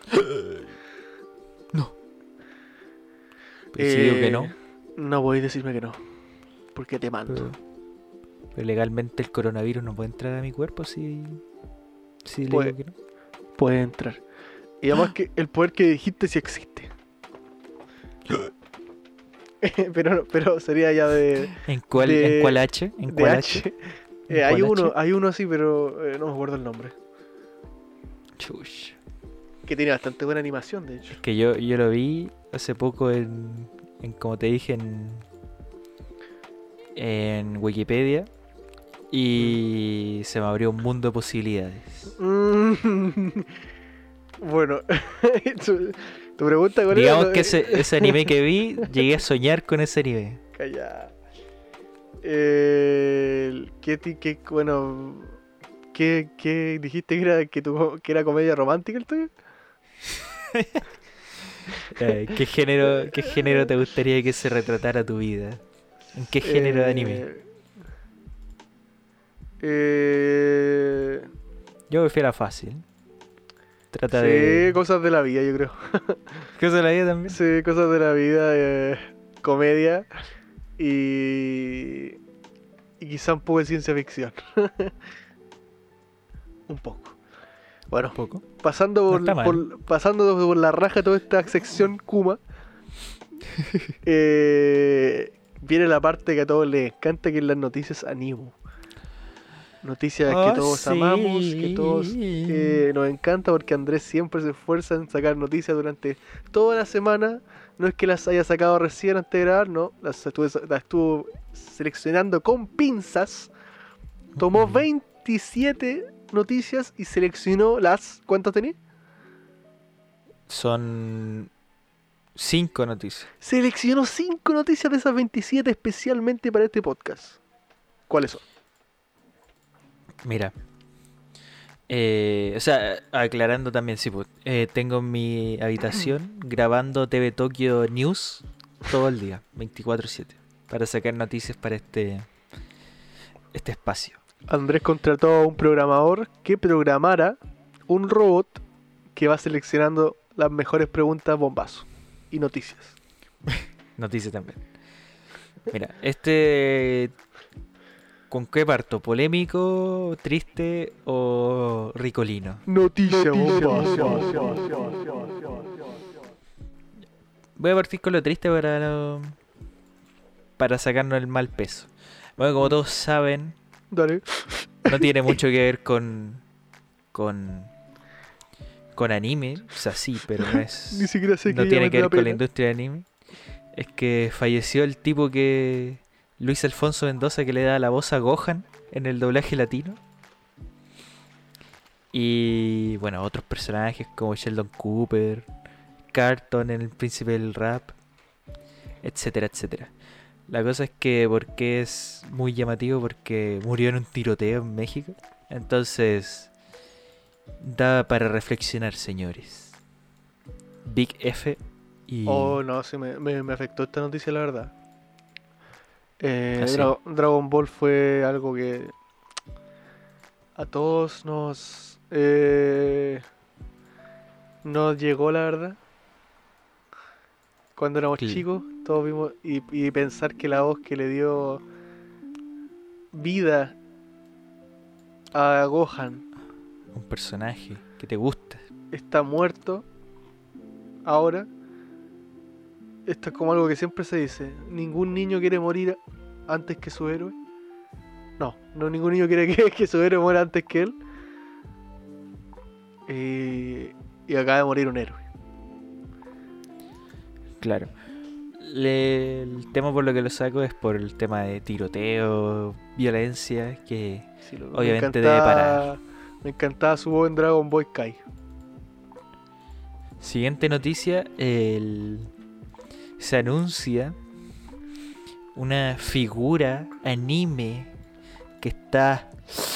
No. Pero si digo que Eh, no, No podéis decirme que no, porque te mando. pero, pero legalmente el coronavirus no puede entrar a mi cuerpo si, si le Puede, digo que no. puede entrar. Y además que el poder que dijiste sí existe. pero, pero sería ya de, ¿En cuál, de, ¿en cuál H? ¿En de cuál H. H? Eh, ¿En hay cuál uno, H? hay uno así, pero eh, no me acuerdo el nombre. Chush. Que tiene bastante buena animación, de hecho. Que yo, yo lo vi hace poco en, en como te dije, en, en Wikipedia. Y se me abrió un mundo de posibilidades. Mm. Bueno, tu, tu pregunta cuál era. Digamos No, que ese, ese anime que vi, llegué a soñar con ese anime. Calla. Eh, ¿qué, ti- qué, bueno, ¿qué, qué dijiste que era, que, tu, que era comedia romántica el tuyo? Eh, ¿qué, género, ¿Qué género te gustaría que se retratara tu vida? ¿En qué género de anime? Eh, eh, Yo prefiero fácil. Trata sí, de... cosas de la vida, yo creo. ¿Qué es la vida también? Sí, cosas de la vida, eh, comedia y, y quizá un poco de ciencia ficción. Un poco. Bueno, Un poco. pasando No por, está mal. por- pasando por la raja toda esta sección Kuma, eh, viene la parte que a todos les encanta, que es las noticias animo. Noticias que Oh, todos sí. amamos, que todos eh, nos encanta, porque Andrés siempre se esfuerza en sacar noticias durante toda la semana. No es que las haya sacado recién antes de grabar, no, las estuve, las estuvo seleccionando con pinzas. Tomó Mm. veintisiete noticias y seleccionó las... ¿Cuántas tenía? Son cinco noticias. Seleccionó cinco noticias de esas veintisiete especialmente para este podcast. ¿Cuáles son? Mira. Eh, o sea, aclarando también, sí, pues, eh, tengo en mi habitación grabando T V Tokyo News todo el día, veinticuatro siete, para sacar noticias para este, este espacio. Andrés contrató a un programador que programara un robot que va seleccionando las mejores preguntas bombazo y noticias. Noticias también. Mira, este... ¿Con qué parto? ¿Polémico, triste o ricolino? Noticia bombazo. Voy a partir con lo triste para no- para sacarnos el mal peso. Bueno, como todos saben, Dale. no tiene mucho que ver con con con anime, o sea, sí, pero no Ni es siquiera sé no que tiene ella que me ver da con la pena. industria de anime. Es que falleció el tipo que Luis Alfonso Mendoza, que le da la voz a Gohan en el doblaje latino. Y bueno, otros personajes como Sheldon Cooper, Carlton en El Príncipe del Rap, etcétera, etcétera. La cosa es que porque es muy llamativo, porque murió en un tiroteo en México. Entonces, da para reflexionar, señores. Big F y... Oh, no, sí, me, me, me afectó esta noticia, la verdad. Eh, ¿Ah, sí? Dra- Dragon Ball fue algo que a todos nos eh, nos llegó, la verdad. Cuando éramos Cl- chicos, todos vimos y, y pensar que la voz que le dio vida a Gohan un personaje que te gusta. está muerto ahora. Esto es como algo que siempre se dice. Ningún niño quiere morir antes que su héroe. No, no ningún niño quiere que, que su héroe muera antes que él. Y, y acaba de morir un héroe. Claro. Le- el tema por lo que lo saco es por el tema de tiroteo, violencia, que Sí, lo- obviamente me debe encantaba- parar. Me encantaba su voz en Dragon Ball Kai. Siguiente noticia, el... se anuncia una figura anime que está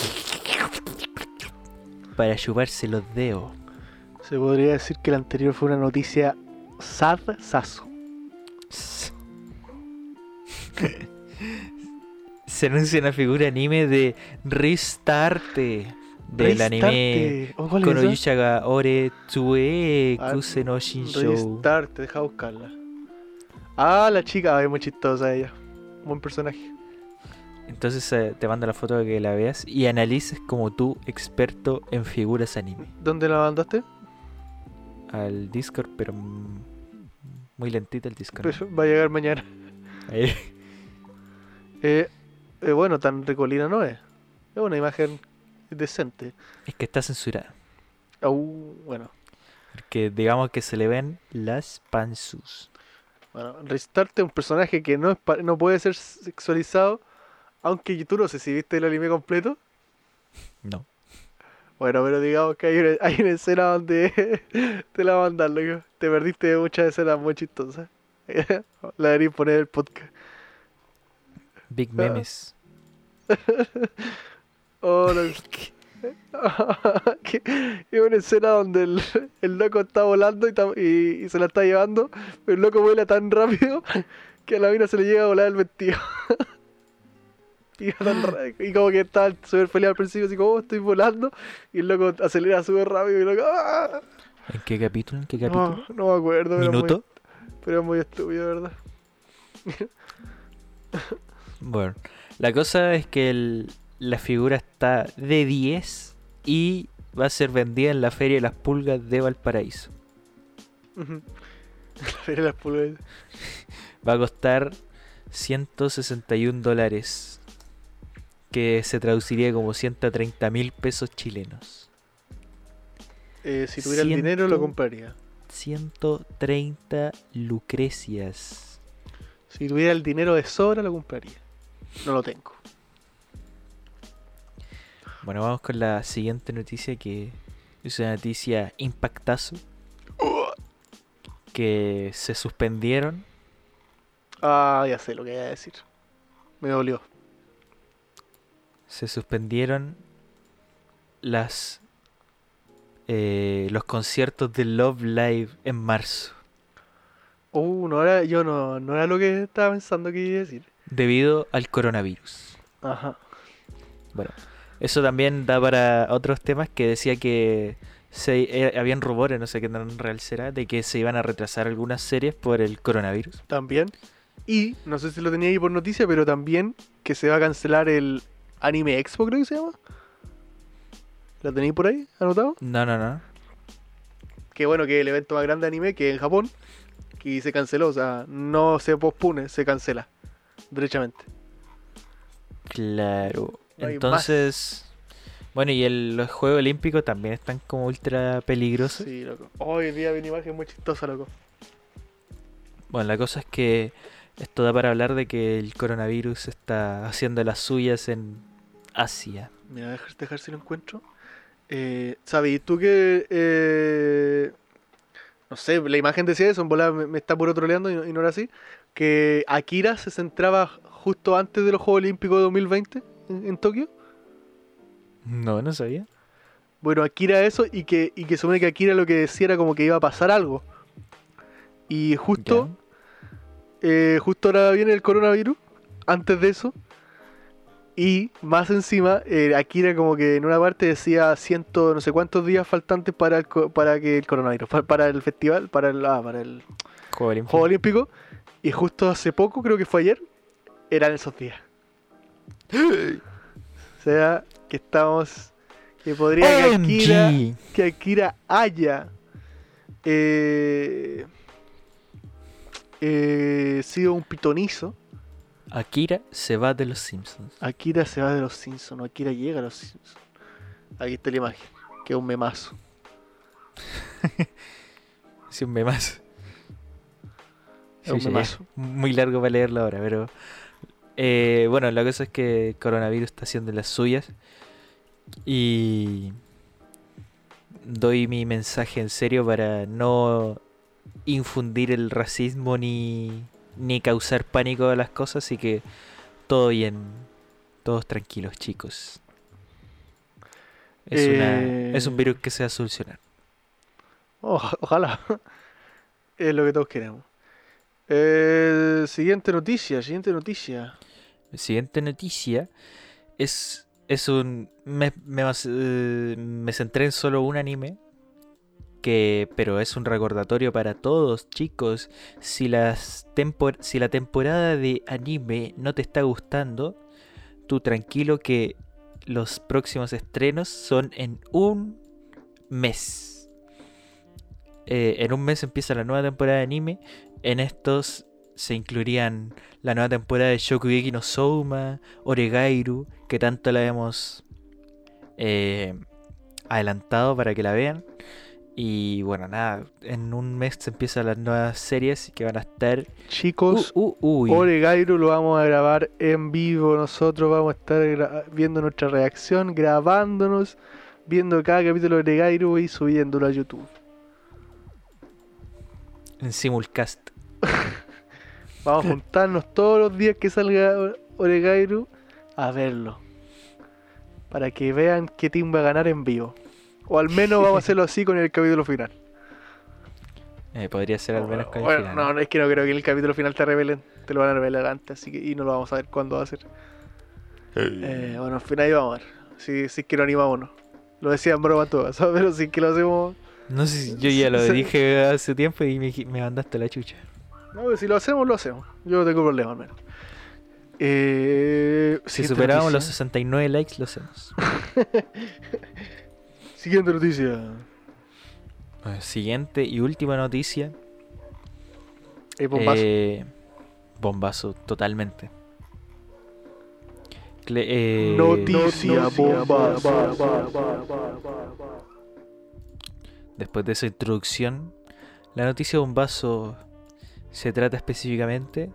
para chuparse los dedos. Se podría decir que la anterior fue una noticia sad saso. Se se anuncia una figura anime de Restarte del anime Restarte. Oh, ¿cuál es esa? Konoyusha ga Ore Tsue Ah, Kuse no Shinshou. Restart, deja buscarla. Ah, la chica, ay, muy chistosa ella. Buen personaje. Entonces eh, te mando la foto para que la veas y analices como tú, experto en figuras anime. ¿Dónde la mandaste? Al Discord, pero mm, muy lentita el Discord. Pues va a llegar mañana. Ahí. Eh, eh, bueno, tan recolina no es. Es una imagen decente. Es que está censurada. Au, bueno. Porque digamos que se le ven las panzus. Bueno, Restart es un personaje que no, es pa- no puede ser sexualizado. Aunque tú no sé si viste el anime completo. No. Bueno, pero digamos que hay una, hay una escena donde te la mandan, loco. Te perdiste de muchas escenas muy chistosas. La deberías poner en el podcast. Big memes. Oh, no. Que- Es una escena donde el, el loco está volando y, ta- y- y se la está llevando. Pero el loco vuela tan rápido que a la mina se le llega a volar el vestido. Y, va tan ra- y como que está súper feliz al principio, así como, oh, estoy volando. Y el loco acelera súper rápido y el loco, ¡ah! ¿En qué capítulo? ¿En qué capítulo? No, no me acuerdo, pero es muy, ¿Minuto? pero es muy estúpido, ¿verdad? Bueno, la cosa es que el- la figura está de diez y va a ser vendida en la Feria de las Pulgas de Valparaíso. Ujú. La feria de las pulgas. Va a costar ciento sesenta y un dólares, que se traduciría como ciento treinta mil pesos chilenos. Eh, si tuviera el Ciento- dinero lo compraría. ciento treinta lucrecias. Si tuviera el dinero de sobra lo compraría. No lo tengo. Bueno, vamos con la siguiente noticia, que es una noticia impactazo. Que se suspendieron Ah, ya sé lo que voy a decir. Me dolió. se suspendieron las eh, los conciertos de Love Live en marzo Uh, no era, yo no, no era lo que estaba pensando que iba a decir. debido al coronavirus. Ajá. Bueno, eso también da para otros temas, que decía que se, eh, habían rumores, no sé qué tan real será, de que se iban a retrasar algunas series por el coronavirus. También. Y, no sé si lo tenía ahí por noticia, pero también que se va a cancelar el Anime Expo, creo que se llama. ¿Lo tenéis por ahí anotado? No, no, no. Que bueno, que el evento más grande de anime, que en Japón, que se canceló, o sea, no se pospone, se cancela. Derechamente. Claro. No hay Entonces, bueno, y el, los Juegos Olímpicos también están como ultra peligrosos. Sí, loco. Hoy día vi una imagen muy chistosa, loco. Bueno, la cosa es que esto da para hablar de que el coronavirus está haciendo las suyas en Asia. Mira, dejar, dejar si lo encuentro. Eh, ¿Sabes tú que... eh, no sé, la imagen decía eso, en volada me, me está puro troleando y no, y no era así. Que Akira se centraba justo antes de los Juegos Olímpicos de dos mil veinte en, en Tokio. No, no sabía. Bueno, Akira eso y que, y que supone que Akira lo que decía era como que iba a pasar algo. Y justo, eh, justo ahora viene el coronavirus, antes de eso. Y más encima, eh, Akira como que en una parte decía ciento no sé cuántos días faltantes para el, co- para que el coronavirus, para, para el festival, para el, ah, para el Juego Olímpico. Juego Olímpico. Y justo hace poco, creo que fue ayer, eran esos días. O sea, que estamos... Que podría que Akira, O M G. que Akira haya eh, eh, sido un pitonizo. Akira se va de los Simpsons. Akira se va de los Simpsons, o Akira llega a los Simpsons. Aquí está la imagen, que es un memazo. Sí, un memazo. Es un Sí, sí, memazo. muy largo para leerlo ahora, pero... eh, bueno, la cosa es que el coronavirus está haciendo las suyas. Y... doy mi mensaje en serio para no infundir el racismo ni, ni causar pánico a las cosas. Así que todo bien. Todos tranquilos, chicos. Es, Eh, una, es un virus que se va a solucionar. Oja- ojalá. Es lo que todos queremos. Eh, siguiente noticia, siguiente noticia. Siguiente noticia es, es un... Me, me, bas- eh, me centré en solo un anime, que, pero es un recordatorio para todos, chicos. Si, las tempor- si la temporada de anime no te está gustando, tú tranquilo que los próximos estrenos son en un mes. Eh, en un mes empieza la nueva temporada de anime. En estos se incluirían la nueva temporada de Shokugeki no Souma, Oregairu, que tanto la hemos eh, adelantado para que la vean. Y bueno, nada, en un mes se empiezan las nuevas series que van a estar... Chicos, Uh, uh, uy. Oregairu lo vamos a grabar en vivo. Nosotros vamos a estar gra- viendo nuestra reacción, grabándonos, viendo cada capítulo de Oregairu y subiéndolo a YouTube. En simulcast. Vamos a juntarnos todos los días que salga O- Oregairu a verlo. Para que vean qué team va a ganar en vivo. O al menos vamos a hacerlo así con el capítulo final. Eh, podría ser al menos con el Bueno, final. no, no, es que no creo que en el capítulo final te revelen. Te lo van a revelar antes, así que y no lo vamos a ver cuándo va a ser. Eh, bueno, al final ahí vamos a ver. Si, si es que lo animamos o no. Lo decía en broma todas, ¿sabes? Pero si es que lo hacemos. No sé si yo ya lo Sí. dije hace tiempo y me, me mandaste la chucha. No, pero si lo hacemos, lo hacemos. Yo no tengo problema al menos. Eh, Si siguiente superamos los noticia. sesenta y nueve likes, lo hacemos. Siguiente noticia. Eh, Siguiente y última noticia. El bombazo. Eh, bombazo, totalmente. Cle- eh, Noticia, bombazo. Después de esa introducción, la noticia bombazo se trata específicamente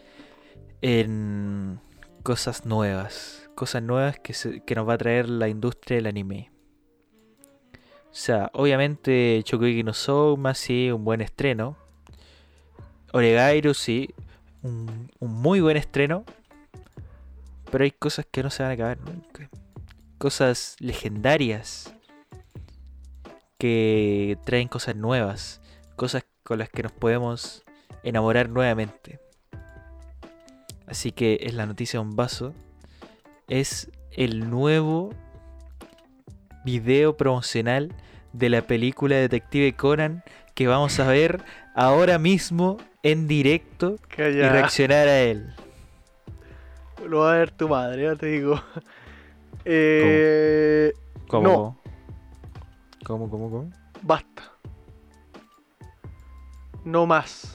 en cosas nuevas. Cosas nuevas que, se- que nos va a traer la industria del anime. O sea, obviamente Shokugeki no Souma, sí, un buen estreno. Oregairu, sí, un, un muy buen estreno. Pero hay cosas que no se van a acabar nunca. Cosas legendarias que traen cosas nuevas. Cosas con las que nos podemos enamorar nuevamente. Así que es la noticia bombazo. Es el nuevo video promocional de la película Detective Conan que vamos a ver ahora mismo en directo y Calla. reaccionar a él. Lo va a ver tu madre, ya te digo. Eh, ¿Cómo? No. ¿Cómo, cómo, cómo? Basta. No más.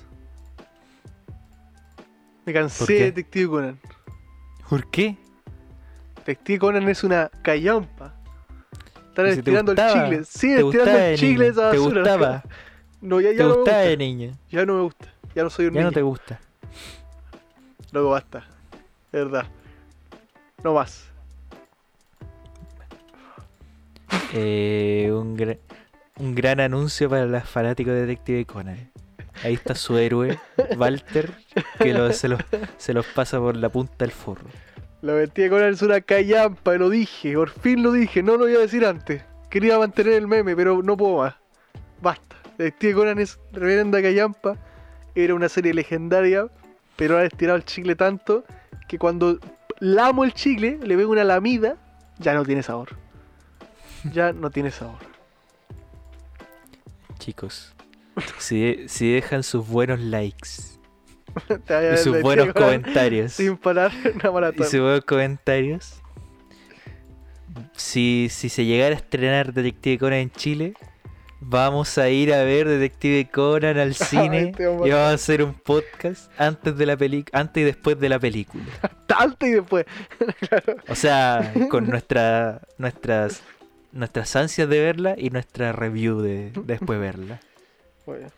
Me cansé ¿Por qué? de Detective Conan. ¿Por qué? Detective Conan es una callampa. Están ¿Y si te estirando el gustaba? chicle. Sigue ¿Te estirando gustaba el de chicle niña? esa ¿Te basura. gustaba? No, ya, ya ¿Te no me gustaba gusta. de niña? Ya no me gusta. Ya no soy un Ya niño. no te gusta. Loco, basta. De verdad. No más. Eh, un, gra- un gran anuncio para los fanáticos de Detective Conan. Ahí está su héroe, Walter, que lo- se, los, se los pasa por la punta del forro. La Detective Conan es una callampa, lo dije. Por fin lo dije. No lo iba a decir antes. Quería mantener el meme, pero no puedo más. Basta. Detective Conan es reverenda callampa. Era una serie legendaria, pero han estirado el chicle tanto que cuando lamo el chicle, le pego una lamida, ya no tiene sabor. Ya no tiene sabor. Chicos, si, si dejan sus buenos likes Te vaya a y ver sus Detective buenos Conan comentarios sin parar una y maratón. sus buenos comentarios, si, si se llegara a estrenar Detective Conan en Chile, vamos a ir a ver Detective Conan al cine te vamos a y vamos a hacer un podcast antes de la película, antes y después de la película. Tanto y después. Claro. O sea, con nuestra, nuestras, nuestras ansias de verla y nuestra review de, de después verla. Bueno.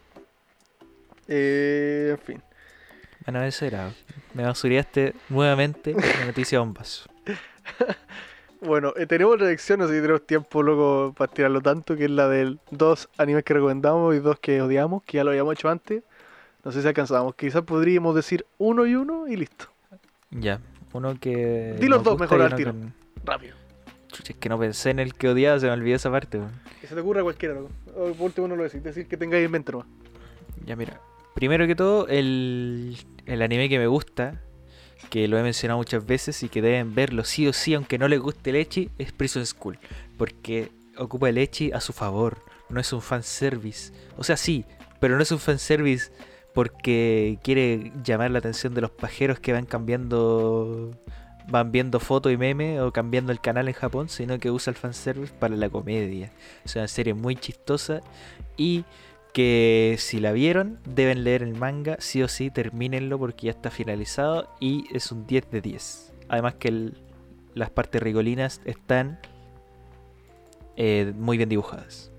Eh, en fin. Bueno, eso era. Me basuriaste nuevamente la noticia bombazo. Bueno, eh, tenemos reacción, no sé si tenemos tiempo, loco, para tirarlo tanto, que es la de dos animes que recomendamos y dos que odiamos, que ya lo habíamos hecho antes. No sé si alcanzamos. Quizás podríamos decir uno y uno y listo. Ya, uno que. Di los nos dos gusta mejor y al uno tiro. que- Rápido. Chucha, es que no pensé en el que odiaba, se me olvidó esa parte, weón. Que se te ocurra cualquiera, loco. O por último no lo decís, decir que tengáis en mente nomás. Ya, mira. Primero que todo, el, el anime que me gusta que lo he mencionado muchas veces y que deben verlo sí o sí, aunque no les guste el ecchi, es Prison School. Porque ocupa el ecchi a su favor. No es un fanservice. O sea, sí, pero no es un fanservice porque quiere llamar la atención de los pajeros que van cambiando, van viendo fotos y memes o cambiando el canal en Japón, sino que usa el fanservice para la comedia. Es una serie muy chistosa y que si la vieron deben leer el manga, sí o sí, termínenlo porque ya está finalizado y es un diez de diez. Además que el- las partes rigolinas están eh, muy bien dibujadas.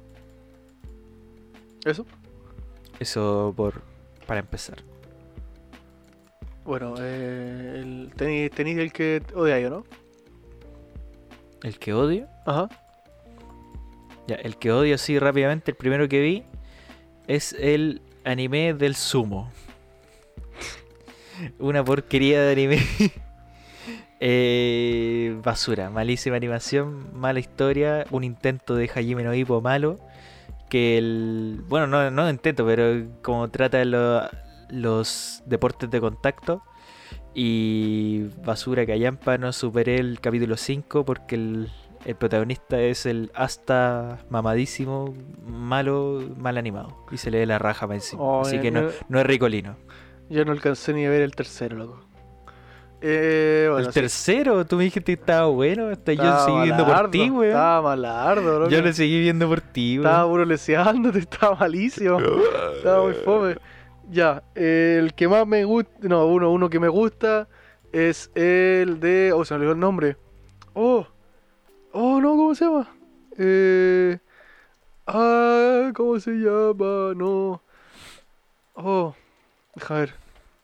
¿Eso? Eso por para empezar. Bueno, eh, el, tenéis, tenéis el que odiáis, ¿no? El que odio, Ajá. ya, el que odio así rápidamente, el primero que vi es el anime del sumo. Una porquería de anime. Eh, basura, malísima animación, mala historia, un intento de Hajime no Ippo malo. Que el. Bueno, no, no intento, pero como trata de lo- los deportes de contacto. Y basura callampa, no superé el capítulo cinco porque el, el protagonista es el hasta mamadísimo, malo, mal animado. Y se le ve la raja para encima. Oh, Así yo, que no, yo- no es ricolino. yo no alcancé ni a ver el tercero, loco. Eh, bueno, el sí. tercero, tú me dijiste que estaba bueno. Hasta yo lo Estaba seguí viendo por malardo, ti, weón. Estaba malardo, loco. Yo lo seguí viendo por ti, Estaba weón. puro leseándote, estaba malísimo. Estaba muy fome. Ya, eh, el que más me gusta, no, uno, uno que me gusta es el de, oh, se me olvidó el nombre. Oh, oh, no, ¿cómo se llama? Eh, ah, ¿cómo se llama? No. Oh, deja ver.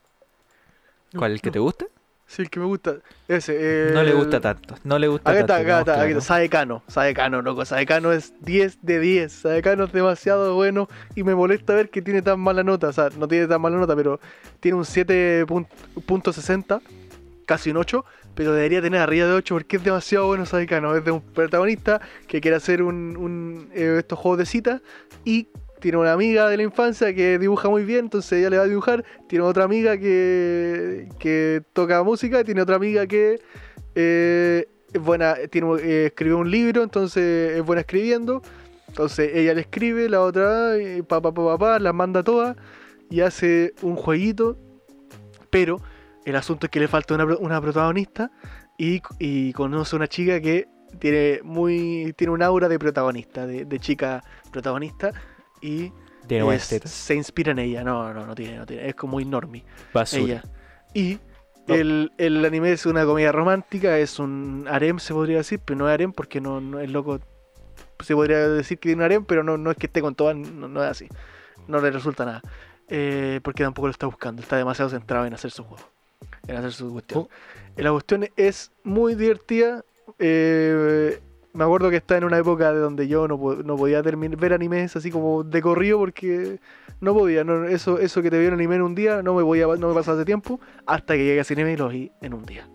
No, ¿Cuál? ¿El que no. te gusta? Sí, el que me gusta. Ese. No le el- gusta tanto. No le gusta Acá está, tanto. acá está, digamos aquí está. claro. Saekano, Saekano, loco. Saekano es diez de diez. Saekano es demasiado bueno y me molesta ver que tiene tan mala nota. O sea, no tiene tan mala nota, pero tiene un siete punto sesenta, casi un ocho. Pero debería tener arriba de ocho porque es demasiado bueno Saekano. Es de un protagonista que quiere hacer un, un, eh, estos juegos de cita y tiene una amiga de la infancia que dibuja muy bien, entonces ella le va a dibujar. Tiene otra amiga que, que toca música, tiene otra amiga que eh, es buena, tiene, eh, escribió un libro, entonces es buena escribiendo. Entonces ella le escribe, la otra, eh, pa, pa, pa, pa, pa, las manda todas y hace un jueguito. Pero el asunto es que le falta una, pro- una protagonista y, y conoce a una chica que tiene muy tiene un aura de protagonista, de, de chica protagonista y Tiene buenas es- tetas. se inspira en ella. No, no, no tiene, no tiene. Es como muy normie. Basura. Ella. Y Oh. el, el anime es una comedia romántica, es un harem, se podría decir, pero no es harem porque no, no es loco. Se podría decir que tiene un harem, pero no, no es que esté con todas, no, no es así. No le resulta nada. Eh, porque tampoco lo está buscando, está demasiado centrado en hacer su juego, en hacer su cuestión. Oh. Eh, La cuestión es muy divertida. eh, me acuerdo que está en una época de donde yo no, po- no podía terminar, ver animes así como de corrido porque no podía. No, eso, eso que te vieron anime en un día no me, voy a, no me pasa hace tiempo hasta que llegué a Cinema y lo vi en un día.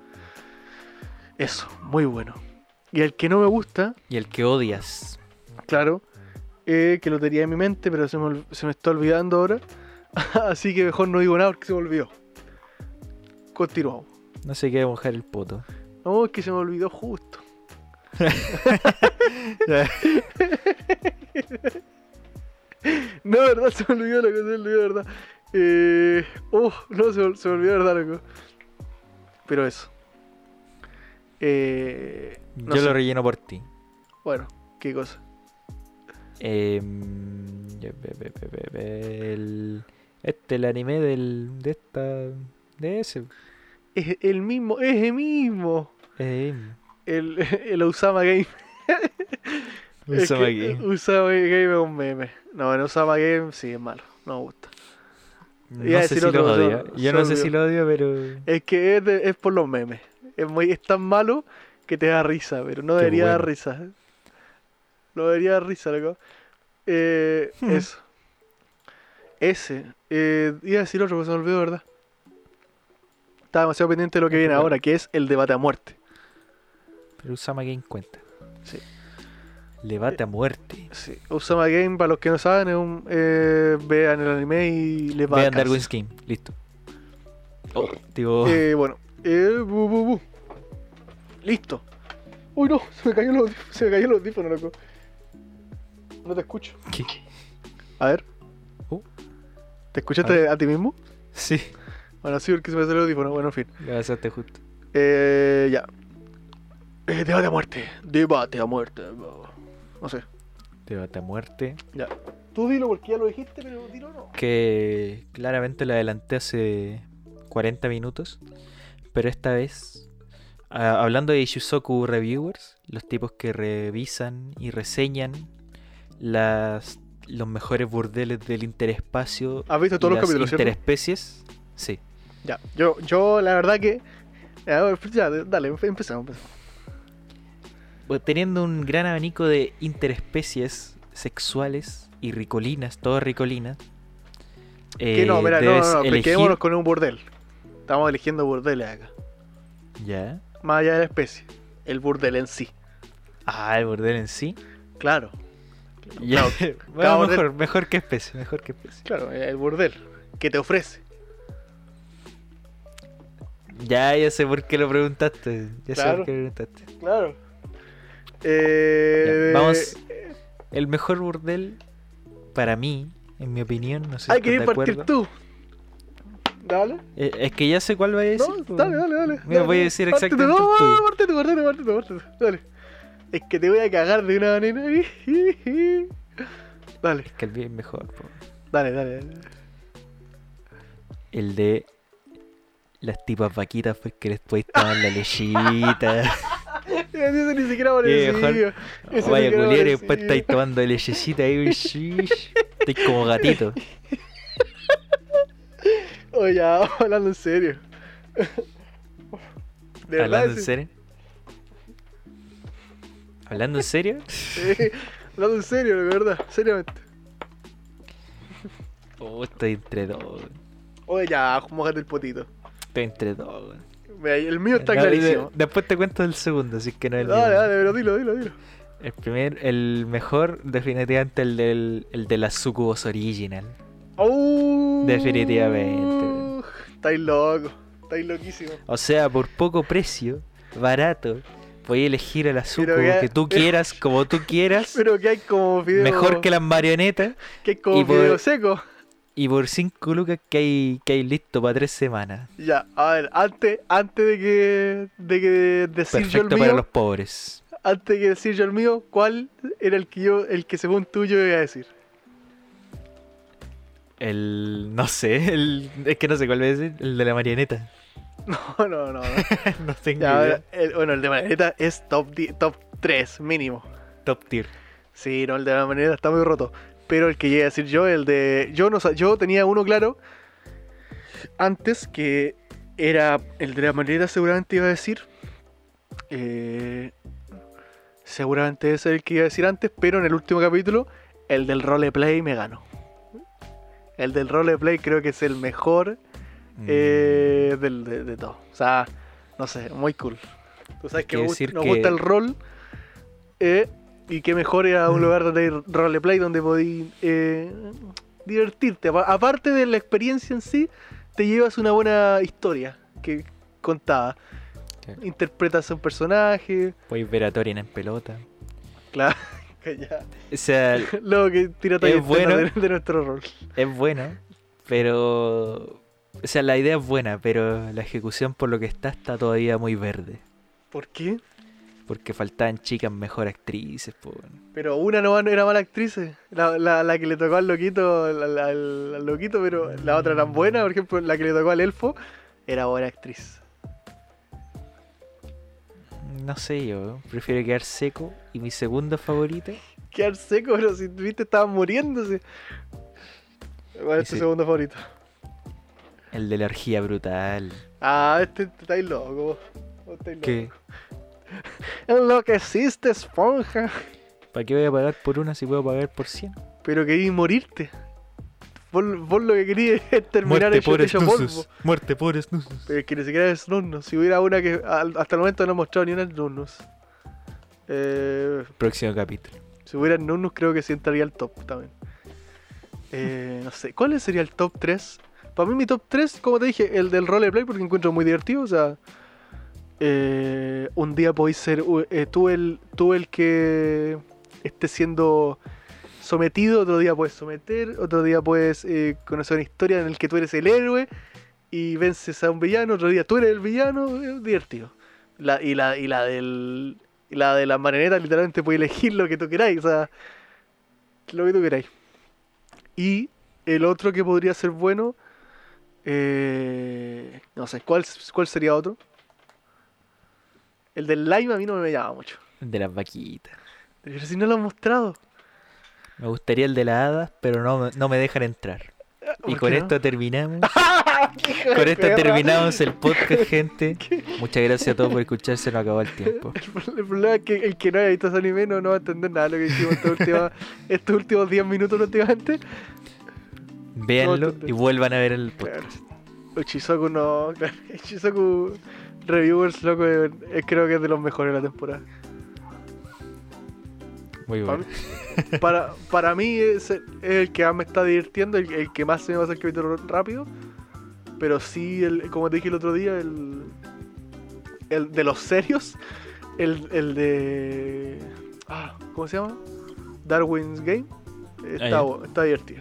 Eso, muy bueno. Y el que no me gusta, Y el que odias. claro, eh, que lo tenía en mi mente, pero se me, ol- se me está olvidando ahora. Así que mejor no digo nada porque se me olvidó. Continuamos. No se quiere mojar el poto. No, es que se me olvidó justo. No, verdad, se me olvidó la cosa, se me olvidó, verdad. Eh, oh, no, se me, se me olvidó, verdad, loco. Pero eso. Eh, no Yo sé. lo relleno por ti. Bueno, ¿qué cosa? Em, ya, ve, ve, ve, ve, ve, el, este, el anime del, de esta, de ese. Es el mismo, es el mismo. Em, El, el Usama Game. Es Usama que Game. Usama Game es un meme. No, en Usama Game sí es malo, no me gusta. No iba a sé decir si lo otro, odio. no, Yo se no sé olvidó. si lo odio, pero. Es que es, de- es por los memes. Es, muy, es tan malo que te da risa, pero no Qué debería dar bueno. risa. No debería dar risa, loco. Eh, Hmm. Eso. Ese. Eh, iba a decir otro, pero se me olvidó, ¿verdad? Estaba demasiado pendiente de lo que No hay viene problema. ahora, que es el debate a muerte. Pero Usama Game cuenta. Sí. Le bate a muerte. Sí. Usama Game, para los que no saben, es un, eh, vean el anime y les va a Vean dar Darwin's cáncer. Game. Listo. Oh, tío. Eh, bueno, eh, bu, bu, bu. Listo. Uy, no, se me cayó el audífono, se me cayó el audífono, loco. No te escucho. ¿Qué? A ver. Uh. ¿Te escuchaste a, a ti mismo? Sí, Bueno, sí, porque se me salió el audífono. Bueno, en fin. lo pasaste justo. Eh, ya. Eh, debate a muerte. Debate a muerte. No sé. Debate a muerte. Ya. Tú dilo porque ya lo dijiste, pero dilo no. Que claramente lo adelanté hace cuarenta minutos. Pero esta vez, ah, hablando de Shusoku Reviewers, los tipos que revisan y reseñan las, los mejores burdeles del interespacio ¿Has visto y todos los las capítulos, cierto? interespecies. Sí. Ya. Yo, yo, la verdad que. Ya, ya, dale, empezamos. empezamos. Pues, teniendo un gran abanico de interespecies sexuales y ricolinas, todas ricolinas. Que eh, no, mira, no, debes no, no, elegir- quedémonos con un burdel. Estamos eligiendo burdeles acá. Ya. Más allá de la especie. El burdel en sí. Ah, el burdel en sí. Claro. Ya. Claro, Bueno, cada burdel- mejor, mejor que especie, mejor que especie. Claro, el burdel. Que te ofrece. Ya, ya sé por qué lo preguntaste. Ya sé Claro. por qué lo preguntaste. Claro. Eh, Ya, vamos. El mejor burdel, para mí, en mi opinión, no sé si Hay que estás ir de partir acuerdo. tú. Dale. Eh, es que ya sé cuál vaya a decir. No, pues. dale, dale, dale. Mira, dale. voy a decir Parte tú, exactamente el no, tuyo. parte tú, parte tú, parte tú, parte tú, dale. Es que te voy a cagar de una manera. Dale, Que el bien es mejor. po. dale, dale. dale. El de las tipas vaquitas porque les puedes tomar la lechita. Ese ni siquiera Eh, parecía. mejor- Ese Vaya ni siquiera culiar y después parecía. estáis tomando lechecita ahí. Estáis como gatito. Oye, ya, hablando en serio. De verdad. ¿Hablando en ese- serio? ¿Hablando en serio? Sí, hablando en serio, de verdad, seriamente. Oh, estoy entre dos. weón. Oye, ya, mojate el potito. Estoy entre dos. weón. Mira, el mío está No, clarísimo. de- después te cuento el segundo, así que no es el Dale, mío. dale, pero dilo, dilo, dilo. El primer, el mejor, definitivamente el del el de la Sucubus Original. Oh, Definitivamente. Estáis loco, estáis loquísimo. O sea, por poco precio, barato, podéis elegir a la Sucubus que- que tú quieras, como tú quieras, Pero que hay como video. mejor que las marionetas, Que hay como y por- video seco. y por cinco lucas que hay, que hay listo para tres semanas. Ya, a ver, antes, antes de que, de que decir yo el Perfecto mío, para los pobres. antes de que decir yo el mío, ¿cuál era el que yo, el que según tú yo iba a decir? El, no sé, el, es que no sé cuál va a decir, el de la marioneta. No, no, no. no. No tengo Ya, a idea. ver, el- bueno, el de Marioneta es top, di- top tres mínimo. Top tier. Sí, no, el de la Marioneta está muy roto. Pero el que llegué a decir yo, el de... Yo, no, sa- yo tenía uno claro antes que era... El de la Marioneta seguramente iba a decir... eh, seguramente ese es el que iba a decir antes, pero en el último capítulo, el del roleplay me ganó. El del roleplay creo que es el mejor Mm. eh, del, de, de todo. O sea, no sé, muy cool. Tú sabes que, Quiere me gusta, decir nos que- gusta el rol. eh, y que mejor ir a un Mm. lugar donde hay roleplay, donde podí eh, divertirte. Apa- Aparte de la experiencia en sí, te llevas una buena historia que contada. Claro. Interpretas a un personaje. Podéis ver a Thorin en pelota. Claro, que ya. O sea, Luego que tira talla Es externa bueno. de, de nuestro rol. es bueno, pero... O sea, la idea es buena, pero la ejecución por lo que está está todavía muy verde. ¿Por qué? Porque faltaban chicas mejor actrices, po. Pero una no no era mala actriz, eh. la, la, la que le tocó al loquito, al, al- al- al loquito, pero la otra era buena, por ejemplo, la que le tocó al elfo era buena actriz. No sé yo, prefiero quedar seco. Y mi segunda favorita, Quedar seco, pero si viste estaban muriéndose. ¿Cuál es tu Ese- segundo favorito? el de la orgía brutal. Ah, este, este estáis loco, vos. Vos estáis loco. ¿Qué? Enloqueciste, esponja. ¿Para qué voy a pagar por una si puedo pagar por cien? Pero querías morirte. Vos, vos lo que querías es terminar Muerte hecho, por hecho polvo. snus. Muerte por snus. Pero es que ni siquiera es Snurnos. Si hubiera una que al- hasta el momento no he mostrado ni una Snurnos. Eh, Próximo capítulo. si hubiera Snurnos creo que sí entraría al top también. Eh, no sé, ¿cuál sería el top tres Para mí mi top tres, como te dije, el del roleplay porque encuentro muy divertido, o sea, eh, un día podéis ser uh, eh, tú, el, tú el que esté siendo sometido, otro día puedes someter, otro día puedes eh, conocer una historia en la que tú eres el héroe y vences a un villano, otro día tú eres el villano, es divertido. La, y, la, y la del y la de las marionetas literalmente puedes elegir lo que tú queráis, o sea, lo que tú queráis. Y el otro que podría ser bueno, eh, no sé, ¿cuál, ¿cuál sería otro? El del Lime a mí no me llama mucho. El de las vaquitas. Pero si no lo han mostrado. Me gustaría el de las hadas, pero no, no me dejan entrar. Y ¿Por con qué esto no? terminamos. ¡Hijo de Con esto perra! terminamos el podcast, gente. Muchas gracias a todos por escuchar. Se nos acabó el tiempo. El, pro- el problema es que el que no haya visto ese anime no, no va a entender nada de lo que hicimos estos, últimos, estos últimos diez minutos prácticamente. Véanlo entender. y vuelvan a ver el Claro. podcast. Uchizoku no. Claro, Uchizoku Reviewers, loco, es- es- creo que es de los mejores de la temporada. Muy Para bueno. mí, para, para mí es, el- es el que más me está divirtiendo, el, el que más se me va a hacer el capítulo rápido. Pero sí, el, como te dije el otro día, el, el de los serios, el, el de... Ah, ¿cómo se llama? Darwin's Game. Está, Ah, ya. bu- está divertido.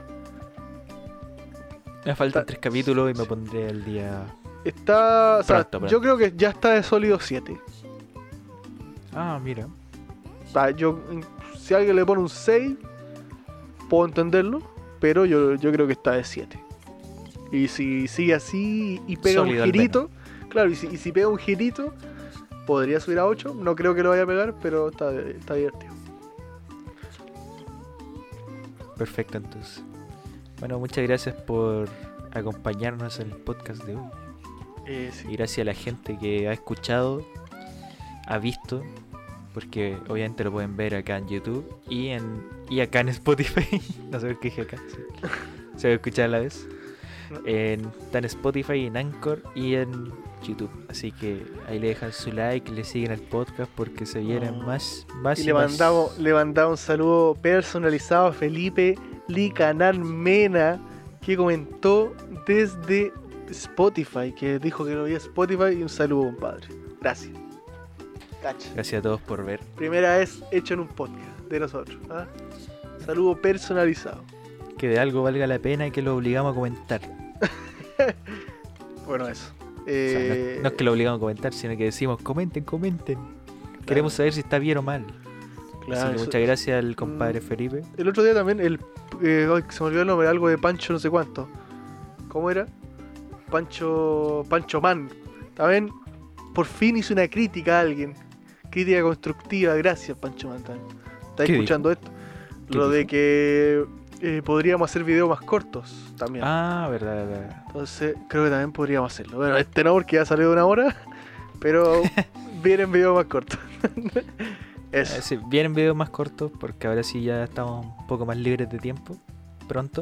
Me faltan Está- tres capítulos y me pondré al día. Está... O sea, Pronto, pronto. yo creo que ya está de sólido siete. Ah, mira. O sea, yo, si alguien le pone un seis, puedo entenderlo, pero yo, yo creo que está de siete. Y si sigue así y pega Sólido un al girito, claro, y si, y si pega un girito, podría subir a ocho. No creo que lo vaya a pegar, pero está, está divertido. Perfecto, entonces. Bueno, muchas gracias por acompañarnos en el podcast de hoy. Eh, sí. Y gracias a la gente que ha escuchado, ha visto, porque obviamente lo pueden ver acá en YouTube y en y acá en Spotify. No sé por qué dije acá. sí. Se va a escuchar a la vez. En, está en Spotify, en Anchor y en YouTube. Así que ahí le dejan su like, le siguen el podcast porque se vienen Oh. más, más Y y, le más. mandamos, le mandamos un saludo personalizado a Felipe Licanar Mena, que comentó desde Spotify, que dijo que lo veía Spotify, y un saludo, compadre. Gracias. Cacha. Gracias a todos por ver. Primera vez hecho en un podcast de nosotros. ¿Ah? Saludo personalizado. Que de algo valga la pena y que lo obligamos a comentar. Bueno, eso. O sea, Eh, no, no es que lo obligamos a comentar, sino que decimos comenten, comenten. Queremos saber si está bien o mal. claro, Así que eso- muchas gracias al compadre Mm. Felipe. El otro día también, el eh, ay, se me olvidó el nombre, algo de Pancho no sé cuánto. ¿Cómo era? Pancho Pancho Man. También por fin hizo una crítica a alguien. Crítica constructiva, gracias Pancho Man también. ¿Estás ¿Qué escuchando esto? ¿Qué Lo de dijo? que eh, podríamos hacer videos más cortos también. Ah, verdad, verdad. Entonces creo que también podríamos hacerlo. Bueno, este no porque ya salió de una hora, pero vienen videos más cortos. Eh, Eso. sí, vienen videos más cortos porque ahora sí ya estamos un poco más libres de tiempo. Pronto.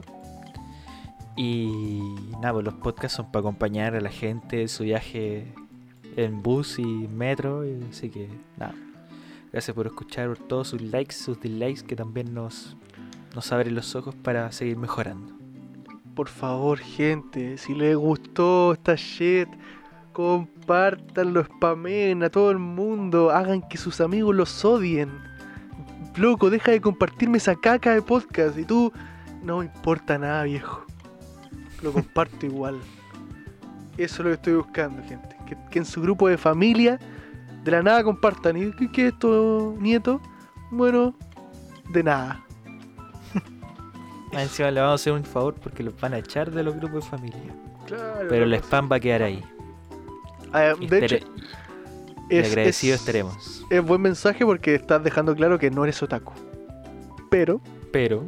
Y nada, pues los podcasts son para acompañar a la gente en su viaje en bus y metro. y así que nada. Gracias por escuchar, por todos sus likes, sus dislikes que también nos, nos abren los ojos para seguir mejorando. Por favor, gente, si les gustó esta shit, compártanlo, spamen a todo el mundo, hagan que sus amigos los odien. Loco, deja de compartirme esa caca de podcast y tú no me importa nada, viejo. Lo comparto igual. Eso es lo que estoy buscando, gente. Que, que en su grupo de familia de la nada compartan. ¿Y qué, qué es esto, nieto? Bueno, de nada. Más encima le vamos a hacer un favor porque los van a echar de los grupos de familia. Claro, Pero el loco, spam va a quedar ahí. Ah, Y de hecho, estere- y es, agradecidos es- estaremos. es buen mensaje porque estás dejando claro que no eres otaku. Pero, Pero,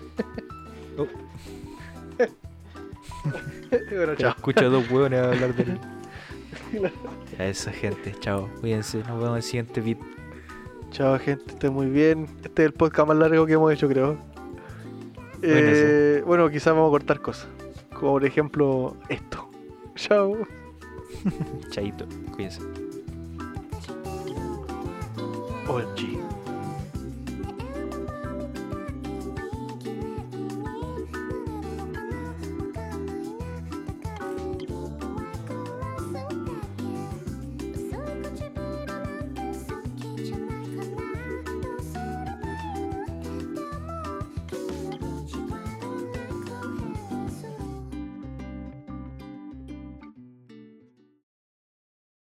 bueno, pero chao. escucho a dos hueones hablar de mí. A esa gente, chao. Cuídense, nos vemos en el siguiente video. Chao, gente, esté muy bien. Este es el podcast más largo que hemos hecho, creo. Bueno, Eh, bueno, quizás vamos a cortar cosas. Como por ejemplo esto. Chao. Chaito, cuídense. O M G.